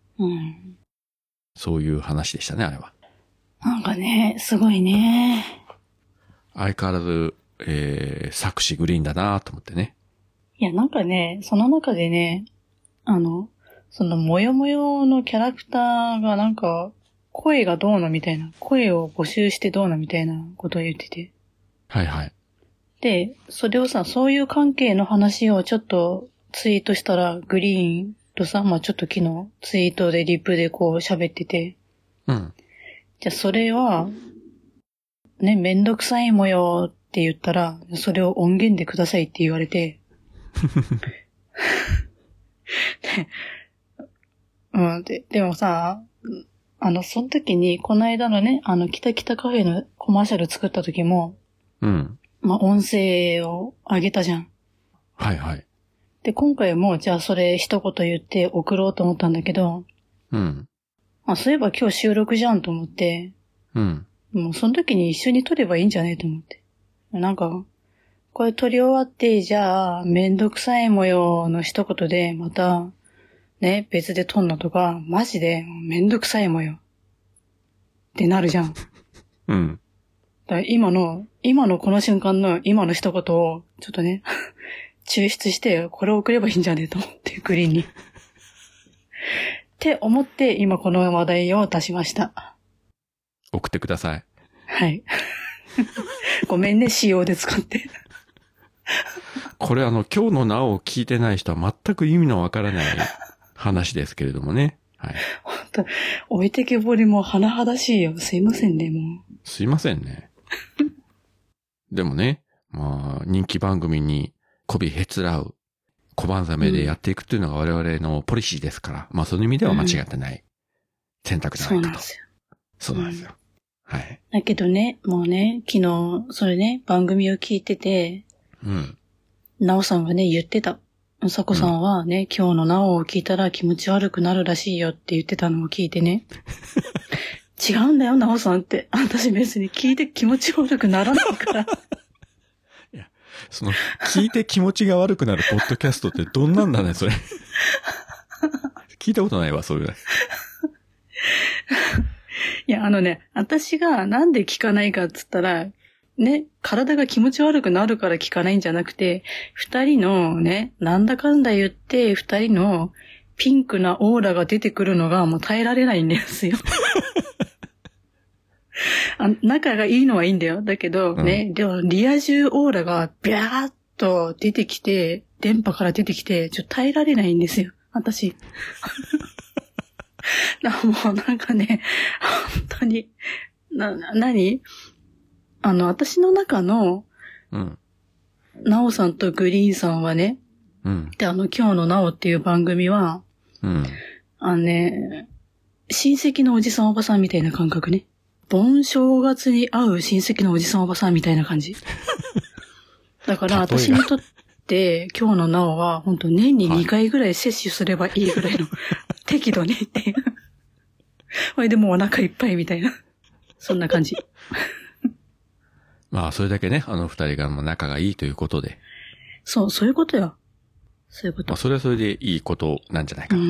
そういう話でしたね、あれは。
なんかね、すごいね。
相変わらず、作詞グリーンだなと思ってね。
いや、なんかね、その中でね、そのもよもよのキャラクターがなんか、声がどうのみたいな、声を募集してどうのみたいなことを言ってて。
はいはい。
で、それをさ、そういう関係の話をちょっとツイートしたら、グリーンとさ、まあちょっと昨日ツイートでリプでこう喋ってて。
うん。
じゃあそれは、ね、めんどくさいもよって言ったら、それを音源でくださいって言われて。でもさ、その時に、この間のね、キタキタカフェのコマーシャル作った時も、まあ、音声を上げたじゃん。
はいはい。
で、今回も、じゃあそれ一言言って送ろうと思ったんだけど、まあ、そういえば今日収録じゃんと思って、もうその時に一緒に撮ればいいんじゃねえと思って。なんか、これ撮り終わって、じゃあ、めんどくさい模様の一言で、また、ね、別で撮んのとか、マジで、めんどくさい模様。ってなるじゃん。だから今のこの瞬間の今の一言を、ちょっとね、抽出して、これを送ればいいんじゃねえと思って、グリーンに。って思って、今この話題を出しました。
送ってください。
はい。ごめんね、仕様で使って。
これ今日のなおを聞いてない人は全く意味のわからない話ですけれどもね。はい。
本当置いてけぼりも甚だしいよ。すいませんね、もう。
すいませんね。でもね、まあ、人気番組に媚びへつらう小判ザメでやっていくっていうのが我々のポリシーですから、まあその意味では間違ってない選択じゃないかと。
そうなんですよ。
そうなんですよ。 はい。
だけどね、もうね、昨日、それね、番組を聞いてて、
うん。
なおさんがね、言ってた。うさこさんはね、今日のなおを聞いたら気持ち悪くなるらしいよって言ってたのを聞いてね。違うんだよ、なおさんって。私別に聞いて気持ち悪くならないから。い
や、聞いて気持ちが悪くなるポッドキャストってどんなんだね、それ。聞いたことないわ、それ。
いや、私がなんで聞かないかっつったら、ね、体が気持ち悪くなるから聞かないんじゃなくて、二人のね、なんだかんだ言って、二人のピンクなオーラが出てくるのがもう耐えられないんですよ。仲がいいのはいいんだよ。だけどね、でもリア充オーラがビャーっと出てきて、電波から出てきて、ちょっと耐えられないんですよ。私。もうなんかね、本当に、何私の中の、なおさんとグリーンさんはね、で、今日のなおっていう番組は、親戚のおじさんおばさんみたいな感覚ね。盆正月に会う親戚のおじさんおばさんみたいな感じ。だから私にとって今日のなおは本当年に2回ぐらい摂取すればいいぐらいの適度ねっていう。それでもうお腹いっぱいみたいな。そんな感じ。
まあそれだけね、二人がもう仲がいいということで。
そういうことよ。そういうこと。
まあそれはそれでいいことなんじゃないかな。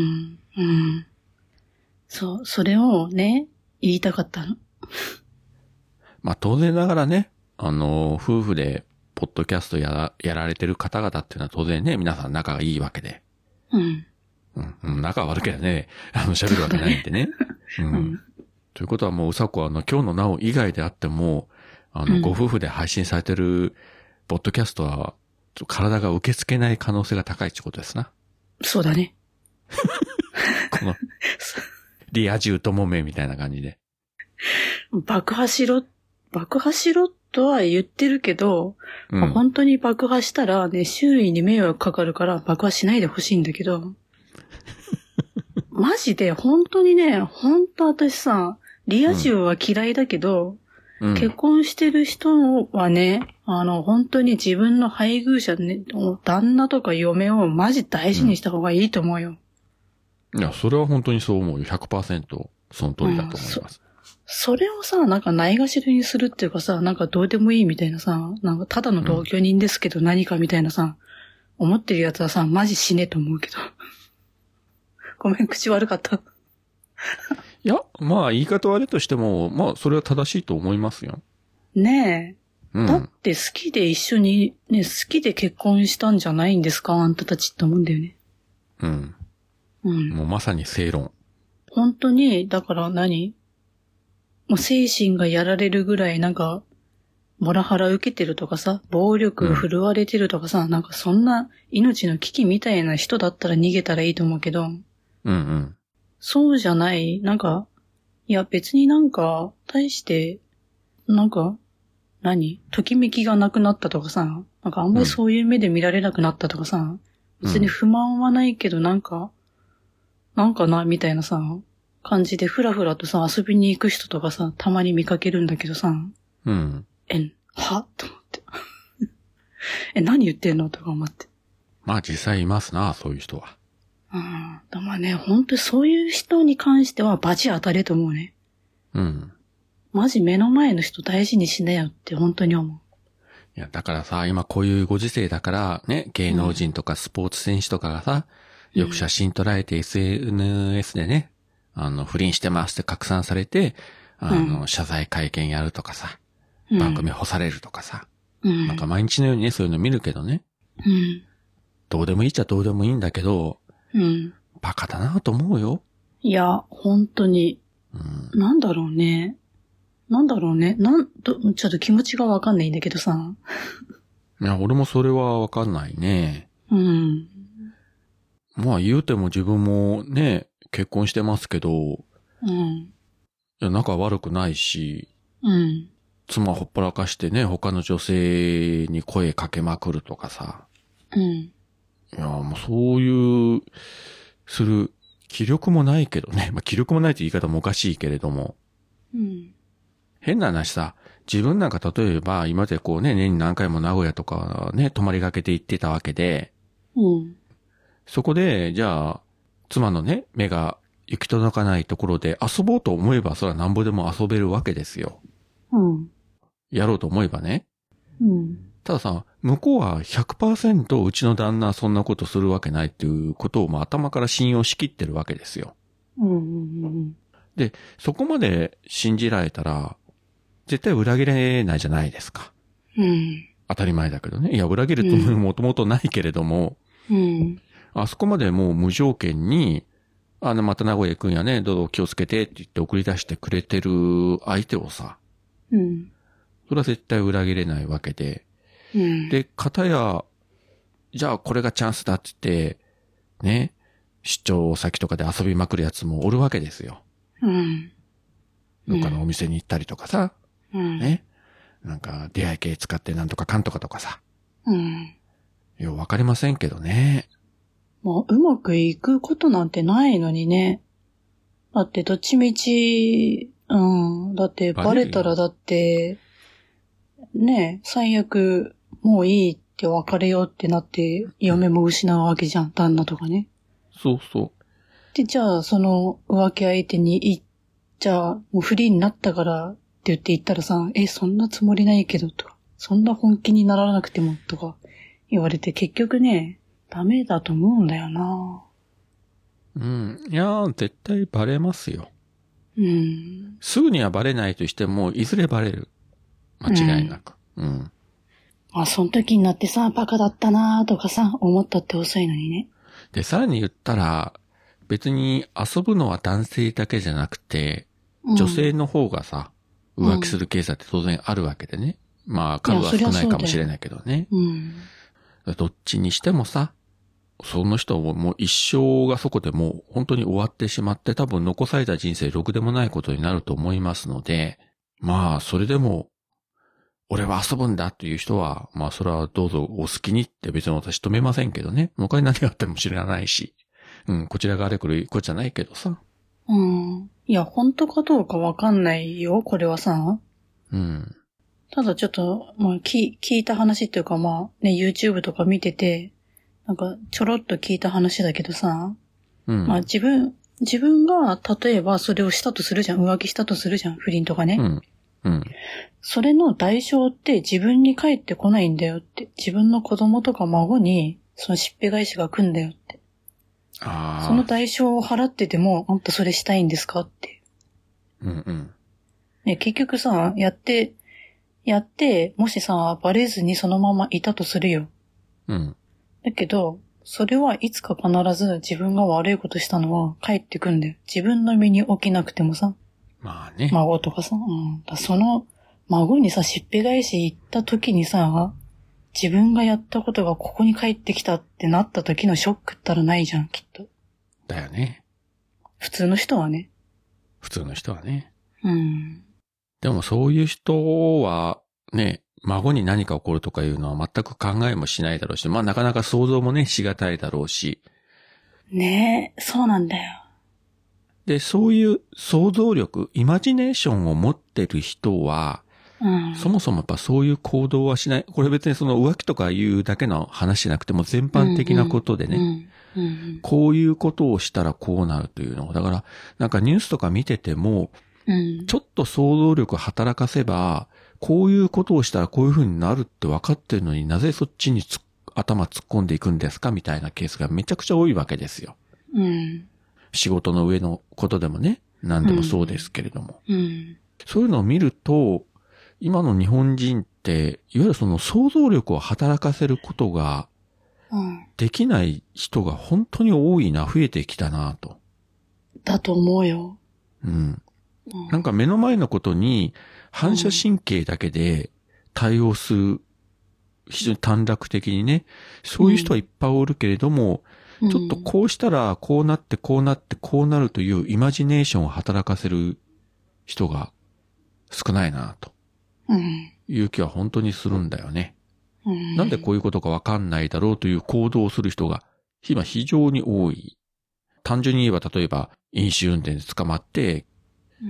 そう、それをね、言いたかったの。
まあ当然ながらね、夫婦で、ポッドキャストやられてる方々っていうのは当然ね、皆さん仲がいいわけで。仲は悪ければね、喋るわけないんでね。ということはもううさこは今日のなお以外であっても、ご夫婦で配信されてる、ポッドキャストは、体が受け付けない可能性が高いってことですな。
そうだね。
この、リア充ともめみたいな感じで。
爆破しろとは言ってるけど、本当に爆破したらね、周囲に迷惑かかるから爆破しないでほしいんだけど。マジで本当にね、本当私さ、リア充は嫌いだけど、結婚してる人はね、本当に自分の配偶者ね、旦那とか嫁をマジ大事にした方がいいと思うよ。
いや、それは本当にそう思うよ。100% その通りだと思います。
それをさ、なんかないがしろにするっていうかさ、なんかどうでもいいみたいなさ、なんかただの同居人ですけど何かみたいなさ、思ってるやつはさ、マジ死ねと思うけど。ごめん、口悪かった。
いや、まあ言い方悪いとしても、まあそれは正しいと思いますよ。
ねえ。だって好きで一緒に、ね、好きで結婚したんじゃないんですかあんたたちって思うんだよね。
もうまさに正論。
本当に、だからもう精神がやられるぐらいなんか、モラハラ受けてるとかさ、暴力振るわれてるとかさ、なんかそんな命の危機みたいな人だったら逃げたらいいと思うけど、そうじゃない、なんか、いや別になんか、対して、なんか、ときめきがなくなったとかさ、なんかあんまりそういう目で見られなくなったとかさ、別に不満はないけどなんかな、みたいなさ、感じでふらふらとさ、遊びに行く人とかさ、たまに見かけるんだけどさ、はと思って。何言ってんのとか思って。
まあ実際いますな、そういう人は。
でもね、本当にそういう人に関してはバチ当たれと思うね。マジ目の前の人大事にしなよって本当に思う。
いや、だからさ、今こういうご時世だからね、芸能人とかスポーツ選手とかがさ、よく写真撮られて SNS でね、不倫してますって拡散されて、謝罪会見やるとかさ、番組干されるとかさ、なんか毎日のようにね、そういうの見るけどね。どうでもいいっちゃどうでもいいんだけど、バカだなと思うよ。
いや、本当に。なんだろうね。ちょっと気持ちがわかんないんだけどさ。
いや、俺もそれはわかんないね。まあ言うても自分もね、結婚してますけど、いや、仲悪くないし、妻ほっぽらかしてね、他の女性に声かけまくるとかさ。いや、もうそういう、する気力もないけどね。まあ気力もないって言い方もおかしいけれども。 変な話さ、自分なんか例えば今までこうね、年に何回も名古屋とかね、泊まりがけて行ってたわけで、
うん。
そこで、じゃあ、妻のね、目が行き届かないところで遊ぼうと思えば、それはなんぼでも遊べるわけですよ。
うん。
やろうと思えばね。
うん。
たださ、向こうは 100% うちの旦那はそんなことするわけないっていうことを、頭から信用しきってるわけですよ。
うん。
で、そこまで信じられたら、絶対裏切れないじゃないですか。
うん。
当たり前だけどね。いや、裏切るつもりもともとないけれども、
うん。
あそこまでもう無条件に、また名古屋行くんやね、どうぞ気をつけてって言って送り出してくれてる相手をさ、
うん。
それは絶対裏切れないわけで、
うん。
で、片や、じゃあこれがチャンスだって言って、ね、出張先とかで遊びまくるやつもおるわけですよ。
うん。
どっかのお店に行ったりとかさ、
うん。
ね、なんか出会い系使ってなんとかかんとかとかさ。
うん。
ようわかりませんけどね。
もううまくいくことなんてないのにね。だってどっちみち、だってバレたらだって、ね、最悪もういいって別れようってなって嫁も失うわけじゃん、旦那とかね。
そうそう。
で、じゃあその浮気相手にじゃあもうフリーになったからって言って言ったらさ、そんなつもりないけどとか、そんな本気にならなくてもとか言われて結局ね、ダメだと思うんだよな。
うん。いやー、絶対バレますよ。
うん。
すぐにはバレないとしても、いずれバレる。間違いなく。うん。
その時になってさ、バカだったなーとかさ、思ったって遅いのにね。
で、さらに言ったら、別に遊ぶのは男性だけじゃなくて、女性の方がさ、浮気するケースだって当然あるわけでね。数は少ないかもしれないけどね。
うん。
どっちにしてもさ、その人もう一生がそこでもう本当に終わってしまって多分残された人生ろくでもないことになると思いますので、それでも、俺は遊ぶんだっていう人は、それはどうぞお好きにって別に私止めませんけどね。他に何があっても知らないし。こちらがあれこれこっちゃないけどさ。
うん。いや、本当かどうかわかんないよ、これはさ。
うん。
ただちょっと、聞いた話っていうかYouTube とか見てて、なんかちょろっと聞いた話だけどさ、
うん。
自分が例えばそれをしたとするじゃん、浮気したとするじゃん、不倫とかね。
うん。うん。
それの代償って自分に返ってこないんだよって。自分の子供とか孫に、そのしっぺ返しが来んだよって。その代償を払ってても、あんたそれしたいんですかって。
うんうん。
ね、結局さ、やって、もしさ、バレずにそのままいたとするよ。
うん。
だけど、それはいつか必ず自分が悪いことしたのは返ってくんだよ。自分の身に起きなくてもさ。
ね。
孫とかさ。その、孫にさ、しっぺ返し行った時にさ、自分がやったことがここに帰ってきたってなった時のショックったらないじゃん、きっと。
だよね。
普通の人はね。
普通の人はね。
うん。
でもそういう人は、ね、孫に何か起こるとかいうのは全く考えもしないだろうし、なかなか想像もね、しがたいだろうし。
ねえ、そうなんだよ。
で、そういう想像力、イマジネーションを持ってる人は、そもそもやっぱそういう行動はしない。これ別にその浮気とかいうだけの話じゃなくても全般的なことでね。こういうことをしたらこうなるというの。だから、なんかニュースとか見てても、ちょっと想像力働かせば、こういうことをしたらこういう風になるって分かってるのになぜそっちに頭突っ込んでいくんですかみたいなケースがめちゃくちゃ多いわけですよ。仕事の上のことでもね、何でもそうですけれども。そういうのを見ると、今の日本人って、いわゆるその想像力を働かせることが、できない人が本当に多いな、増えてきたなと。
だと思うよ。
なんか目の前のことに反射神経だけで対応する、非常に短絡的にね、そういう人はいっぱいおるけれども、ちょっとこうしたらこうなってこうなってこうなるというイマジネーションを働かせる人が少ないなと。いう気は本当にするんだよね。なんでこういうことかわかんないだろうという行動をする人が今非常に多い。単純に言えば例えば飲酒運転で捕まって、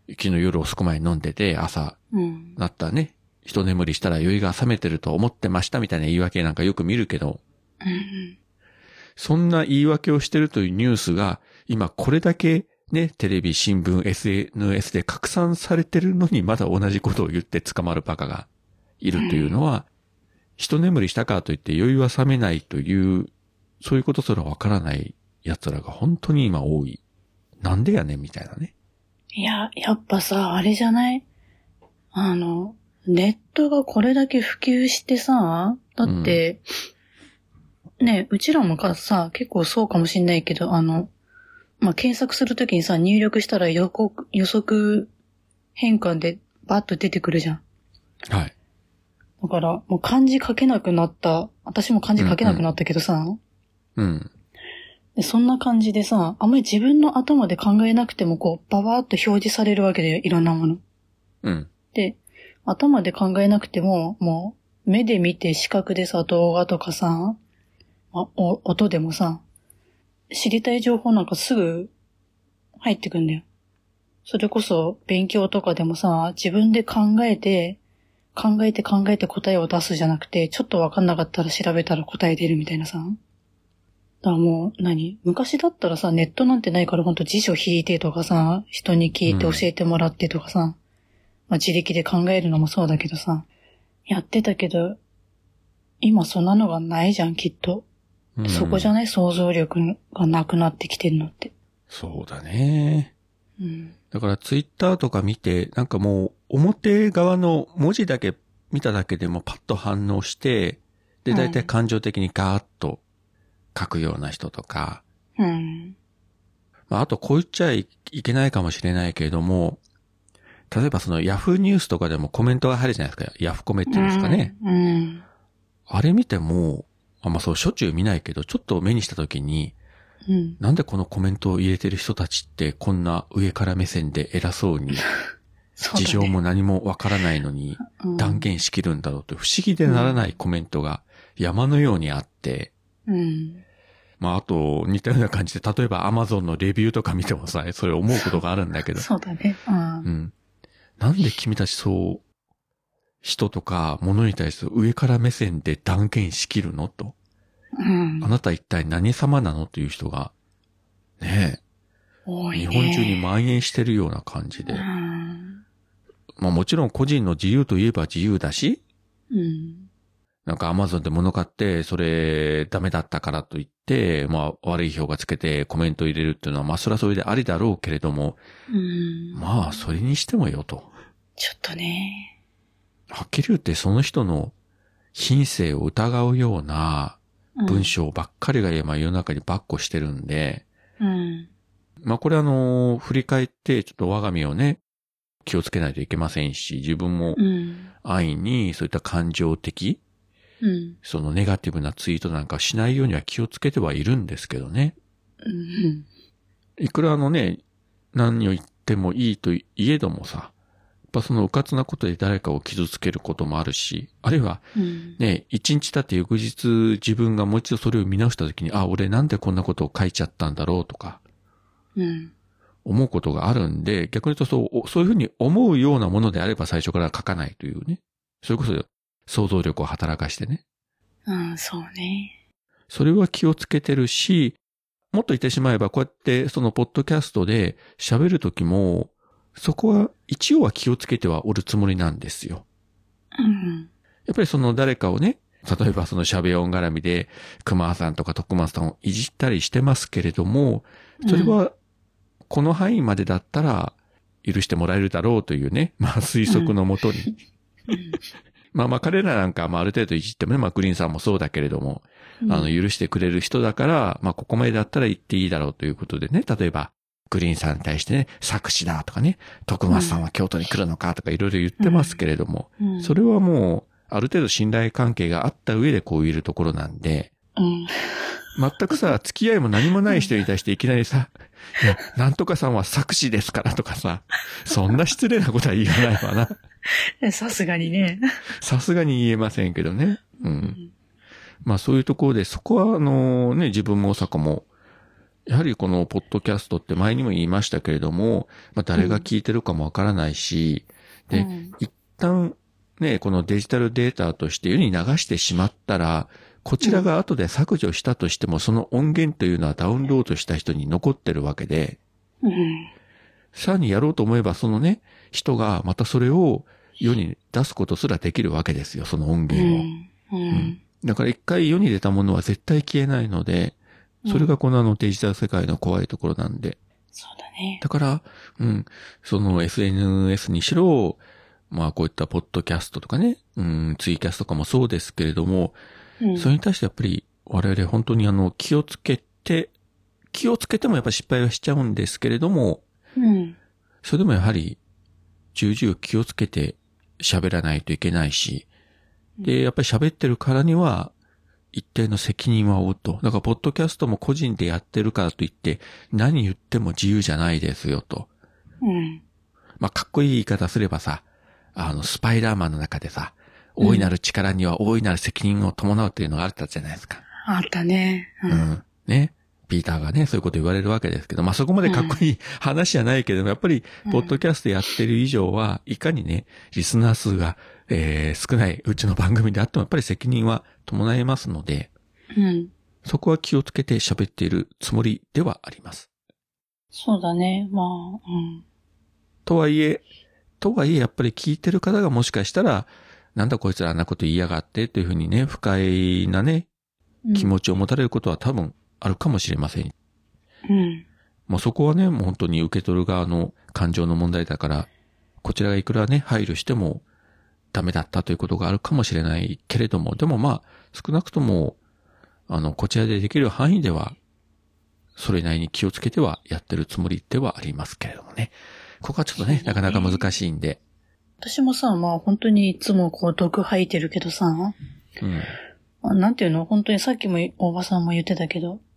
昨日夜遅くまで飲んでて、朝、なったらね、一眠りしたら酔いが覚めてると思ってましたみたいな言い訳なんかよく見るけど、そんな言い訳をしてるというニュースが、今これだけね、テレビ、新聞、SNS で拡散されてるのにまだ同じことを言って捕まるバカがいるというのは、一眠りしたからといって酔いは覚めないという、そういうことすらわからない奴らが本当に今多い。なんでやねんみたいなね。
いや、やっぱさ、あれじゃない？ネットがこれだけ普及してさ、だって、ね、うちらもさ、結構そうかもしんないけど、検索するときにさ、入力したら予測変換でバッと出てくるじゃん。
はい。
だから、もう漢字書けなくなった、私も漢字書けなくなったけどさ、でそんな感じでさ、あんまり自分の頭で考えなくてもこう、ババーっと表示されるわけだよ、いろんなもの。で、頭で考えなくても、もう、目で見て視覚でさ、動画とかさ、音でもさ、知りたい情報なんかすぐ入ってくんだよ。それこそ勉強とかでもさ、自分で考えて答えを出すじゃなくて、ちょっとわかんなかったら調べたら答え出るみたいなさ。だからもう昔だったらさ、ネットなんてないからほんと辞書引いてとかさ、人に聞いて教えてもらってとかさ、自力で考えるのもそうだけどさ、やってたけど、今そんなのがないじゃん、きっと。そこじゃない？想像力がなくなってきてるのって。
そうだね。だからツイッターとか見て、なんかもう表側の文字だけ見ただけでもパッと反応して、で、だいたい感情的にガーッと書くような人とか。あとこう言っちゃいけないかもしれないけれども、例えばそのヤフーニュースとかでもコメントが入るじゃないですか。ヤフコメっていうんですかね。あれ見ても、そうしょっちゅう見ないけど、ちょっと目にしたときに、なんでこのコメントを入れてる人たちってこんな上から目線で偉そうに、事情も何もわからないのに断言しきるんだろうと不思議でならないコメントが山のようにあって、あと似たような感じで、例えば Amazon のレビューとか見てもさ、それ思うことがあるんだけど。
そうだね。
なんで君たちそう、人とか物に対して上から目線で断言しきるのと。あなた一体何様なのという人が、ねえ、日本中に蔓延してるような感じで。もちろん個人の自由といえば自由だし、なんか Amazon で物買って、それダメだったからといって、悪い評価つけてコメント入れるっていうのは、それはそれでありだろうけれども、それにしてもよと。
ちょっとね。
はっきり言ってその人の品性を疑うような文章ばっかりが今世の中にばっこしてるんで、これ振り返ってちょっと我が身をね、気をつけないといけませんし、自分も安易にそういった感情的、そのネガティブなツイートなんかしないようには気をつけてはいるんですけどね。いくら何を言ってもいいといえどもさ、やっぱそのうかつなことで誰かを傷つけることもあるし、あるいは一日経って翌日自分がもう一度それを見直したときに、俺なんでこんなことを書いちゃったんだろうとか、思うことがあるんで、逆に言うとそういうふうに思うようなものであれば最初から書かないというね。それこそ想像力を働かしてね。
そうね。
それは気をつけてるし、もっと言ってしまえばこうやってそのポッドキャストで喋るときも、そこは一応は気をつけてはおるつもりなんですよ。やっぱりその誰かをね、例えばその喋音絡みで熊さんとか徳松さんをいじったりしてますけれども、それはこの範囲までだったら許してもらえるだろうというね、推測のもとに。彼らなんかある程度いじってもね、グリーンさんもそうだけれども、許してくれる人だから、ここまでだったら言っていいだろうということでね、例えば、グリーンさんに対してね、作詞だとかね、徳松さんは京都に来るのかとかいろいろ言ってますけれども、それはもう、ある程度信頼関係があった上でこう言えるところなんで、全くさ、付き合いも何もない人に対していきなりさ、いや、なんとかさんは作詞ですからとかさ、そんな失礼なことは言わないわ
な。さすがにね。
さすがに言えませんけどね。そういうところで、そこは自分も大阪も、 やはりこのポッドキャストって前にも言いましたけれども、誰が聞いてるかもわからないし、で、一旦ね、このデジタルデータとして世に流してしまったら、こちらが後で削除したとしても、その音源というのはダウンロードした人に残ってるわけで、さらにやろうと思えばそのね、人がまたそれを世に出すことすらできるわけですよ、その音源を。だから一回世に出たものは絶対消えないので、それがこのデジタル世界の怖いところなんで。
そうだね。
だから、その SNS にしろ、こういったポッドキャストとかね、ツイキャスとかもそうですけれども、それに対してやっぱり我々本当に気をつけてもやっぱり失敗はしちゃうんですけれども、それでもやはり重々気をつけて喋らないといけないし、で、やっぱり喋ってるからには一定の責任は負うと。だからポッドキャストも個人でやってるからといって何言っても自由じゃないですよと。かっこいい言い方すればさ、スパイダーマンの中でさ、大いなる力には大いなる責任を伴うというのがあったじゃないですか。
あったね。
ね。ピーターがね、そういうこと言われるわけですけど、そこまでかっこいい話じゃないけども、やっぱり、ポッドキャストやってる以上は、いかにね、リスナー数が、少ないうちの番組であっても、やっぱり責任は伴いますので、そこは気をつけて喋っているつもりではあります。
そうだね。
とはいえ、やっぱり聞いてる方がもしかしたら、なんだこいつらあんなこと言いやがってというふうにね、不快なね、気持ちを持たれることは多分あるかもしれません。そこはね、もう本当に受け取る側の感情の問題だから、こちらがいくらね、配慮してもダメだったということがあるかもしれないけれども、でも少なくとも、こちらでできる範囲では、それなりに気をつけてはやってるつもりではありますけれどもね。ここはちょっとね、なかなか難しいんで。
私もさ、本当にいつも毒吐いてるけどさ、なんていうの、本当にさっきも大場さんも言ってたけど、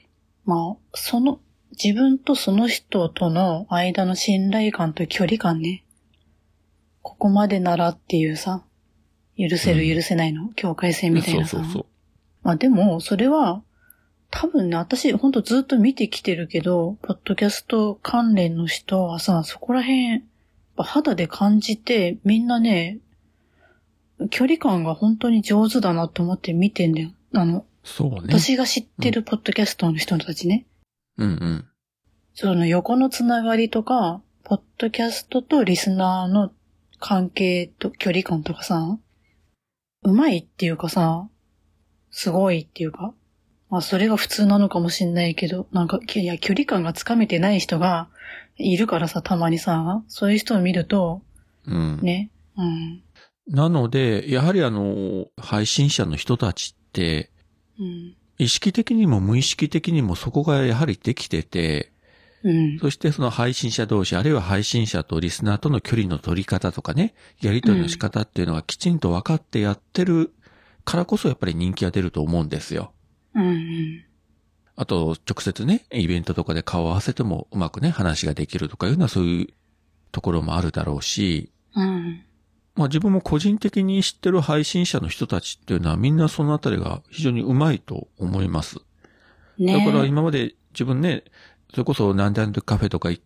自分とその人との間の信頼感と距離感ね。ここまでならっていうさ、許せる許せないの境界線みたいなさ。でも、それは、多分ね、私、ほんとずっと見てきてるけど、ポッドキャスト関連の人はさ、そこら辺、肌で感じて、みんなね、距離感が本当に上手だなと思って見てんだよ。
そうね。
私が知ってるポッドキャストの人たちね。その横のつながりとか、ポッドキャストとリスナーの関係と距離感とかさ、うまいっていうかさ、すごいっていうか、それが普通なのかもしんないけど、距離感がつかめてない人がいるからさ、たまにさ、そういう人を見ると、ね。
なので、やはり配信者の人たちって、意識的にも無意識的にもそこがやはりできてて、そしてその配信者同士、あるいは配信者とリスナーとの距離の取り方とかね、やり取りの仕方っていうのがきちんと分かってやってるからこそやっぱり人気が出ると思うんですよ。あと、直接ね、イベントとかで顔を合わせてもうまくね、話ができるとかいうのはそういうところもあるだろうし、自分も個人的に知ってる配信者の人たちっていうのはみんなそのあたりが非常にうまいと思います。だから今まで自分ね、それこそなんであのカフェとか行って、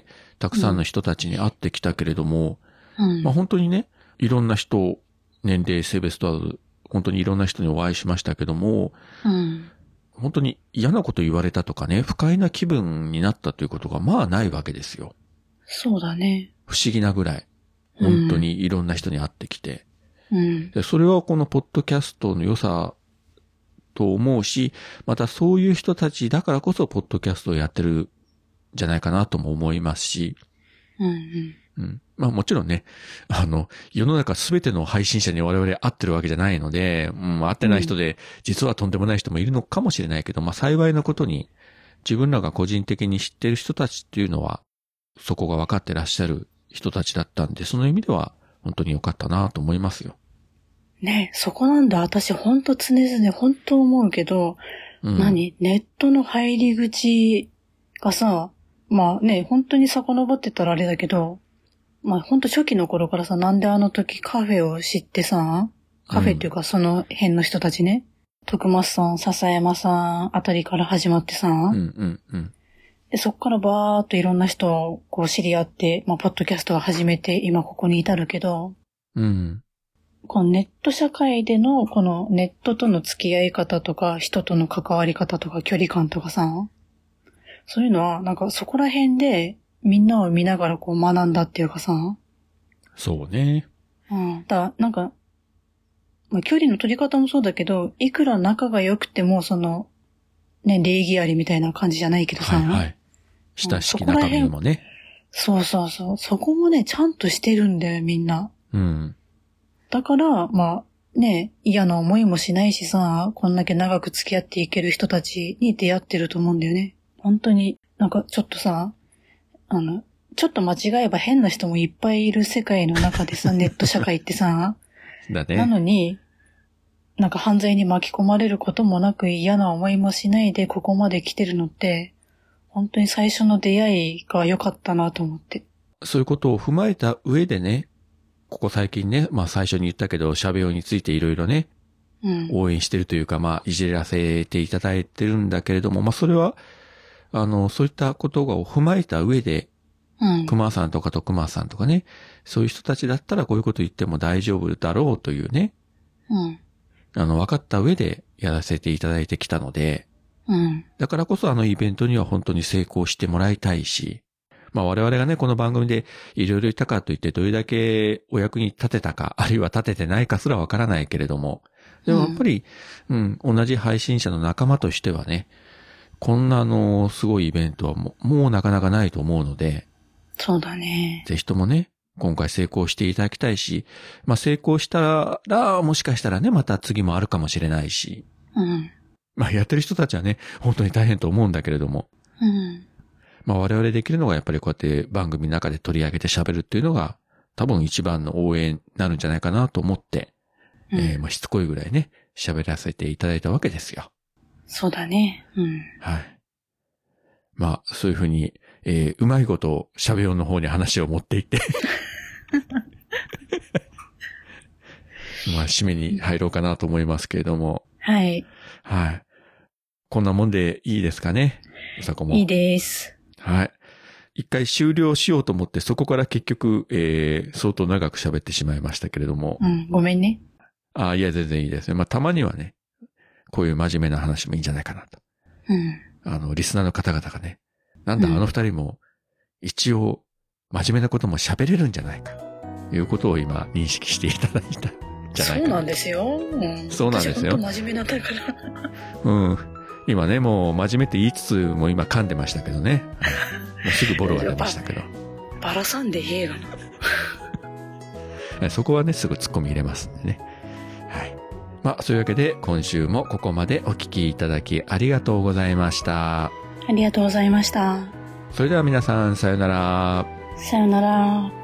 たくさんの人たちに会ってきたけれども、本当にね、いろんな人、年齢、性別問わず、本当にいろんな人にお会いしましたけども、本当に嫌なこと言われたとかね、不快な気分になったということがないわけですよ。
そうだね。
不思議なぐらい。本当にいろんな人に会ってきて。でそれはこのポッドキャストの良さと思うし、またそういう人たちだからこそポッドキャストをやってるんじゃないかなとも思いますし。もちろんね、世の中すべての配信者に我々会ってるわけじゃないので、会ってない人で、実はとんでもない人もいるのかもしれないけど、幸いなことに、自分らが個人的に知ってる人たちっていうのは、そこが分かってらっしゃる人たちだったんで、その意味では本当に良かったなと思いますよ。
ね、そこなんだ。私本当常々本当思うけど、ネットの入り口がさ、本当に遡ってたらあれだけど、本当初期の頃からさ、なんであの時カフェを知ってさ、カフェっていうかその辺の人たちね、 徳松さん、笹山さんあたりから始まってさ、でそっからバーっといろんな人をこう知り合って、まあ、ポッドキャストを始めて、今ここに至るけど、このネット社会での、このネットとの付き合い方とか、人との関わり方とか、距離感とかさ、そういうのは、なんかそこら辺で、みんなを見ながらこう学んだっていうかさ。
そうね。
なんか、まあ、距離の取り方もそうだけど、いくら仲が良くても、その、ね、礼儀ありみたいな感じじゃないけどさ。
親しき中身もね。
そう。そこもね、ちゃんとしてるんだよ、みんな。だから、まあ、ね、嫌な思いもしないしさ、こんだけ長く付き合っていける人たちに出会ってると思うんだよね。本当に、なんかちょっとさ、ちょっと間違えば変な人もいっぱいいる世界の中でさ、ネット社会ってさ、
だね。
なのに、なんか犯罪に巻き込まれることもなく嫌な思いもしないでここまで来てるのって、本当に最初の出会いが良かったなと思って。
そういうことを踏まえた上でね、ここ最近ね、まあ最初に言ったけど、しゃべようについていろいろね、応援してるというか、まあいじらせていただいてるんだけれども、まあそれは、そういったことを踏まえた上で、熊さんとか徳松さんとかね、そういう人たちだったらこういうこと言っても大丈夫だろうというね、分かった上でやらせていただいてきたので、だからこそイベントには本当に成功してもらいたいし、まあ我々がね、この番組でいろいろ言ったからといってどれだけお役に立てたか、あるいは立ててないかすらわからないけれども、でもやっぱり、同じ配信者の仲間としてはね、こんなすごいイベントはもうなかなかないと思うので、
そうだね。
ぜひともね、今回成功していただきたいし、まあ成功したら、もしかしたらね、また次もあるかもしれないし、まあやってる人たちはね、本当に大変と思うんだけれども、まあ我々できるのがやっぱりこうやって番組の中で取り上げて喋るっていうのが多分一番の応援になるんじゃないかなと思って、まあしつこいぐらいね、喋らせていただいたわけですよ。
そうだね。
はい。まあそういうふうに、うまいこと喋ようの方に話を持っていってまあ締めに入ろうかなと思いますけれども。
はい。
はい。こんなもんでいいですかね。うさこも。
いいです。
はい。一回終了しようと思って、そこから結局、相当長く喋ってしまいましたけれども。
ごめんね。
いや、全然いいですね。まあ、たまにはね、こういう真面目な話もいいんじゃないかなと。リスナーの方々がね、なんだ、二人も、一応、真面目なことも喋れるんじゃないか、ということを今、認識していただいたんじゃないかな。
そうなんですよ。
そうなんですよ。
本当真面目なんだから。
今ね、もう真面目って言いつつも今噛んでましたけどね。もうすぐボロが出ましたけど。
バラさんでええが
な。そこはね、すぐ突っ込み入れますんでね。はい。まあ、そういうわけで今週もここまでお聞きいただきありがとうございました。
ありがとうございました。
それでは皆さん、さよなら。
さよなら。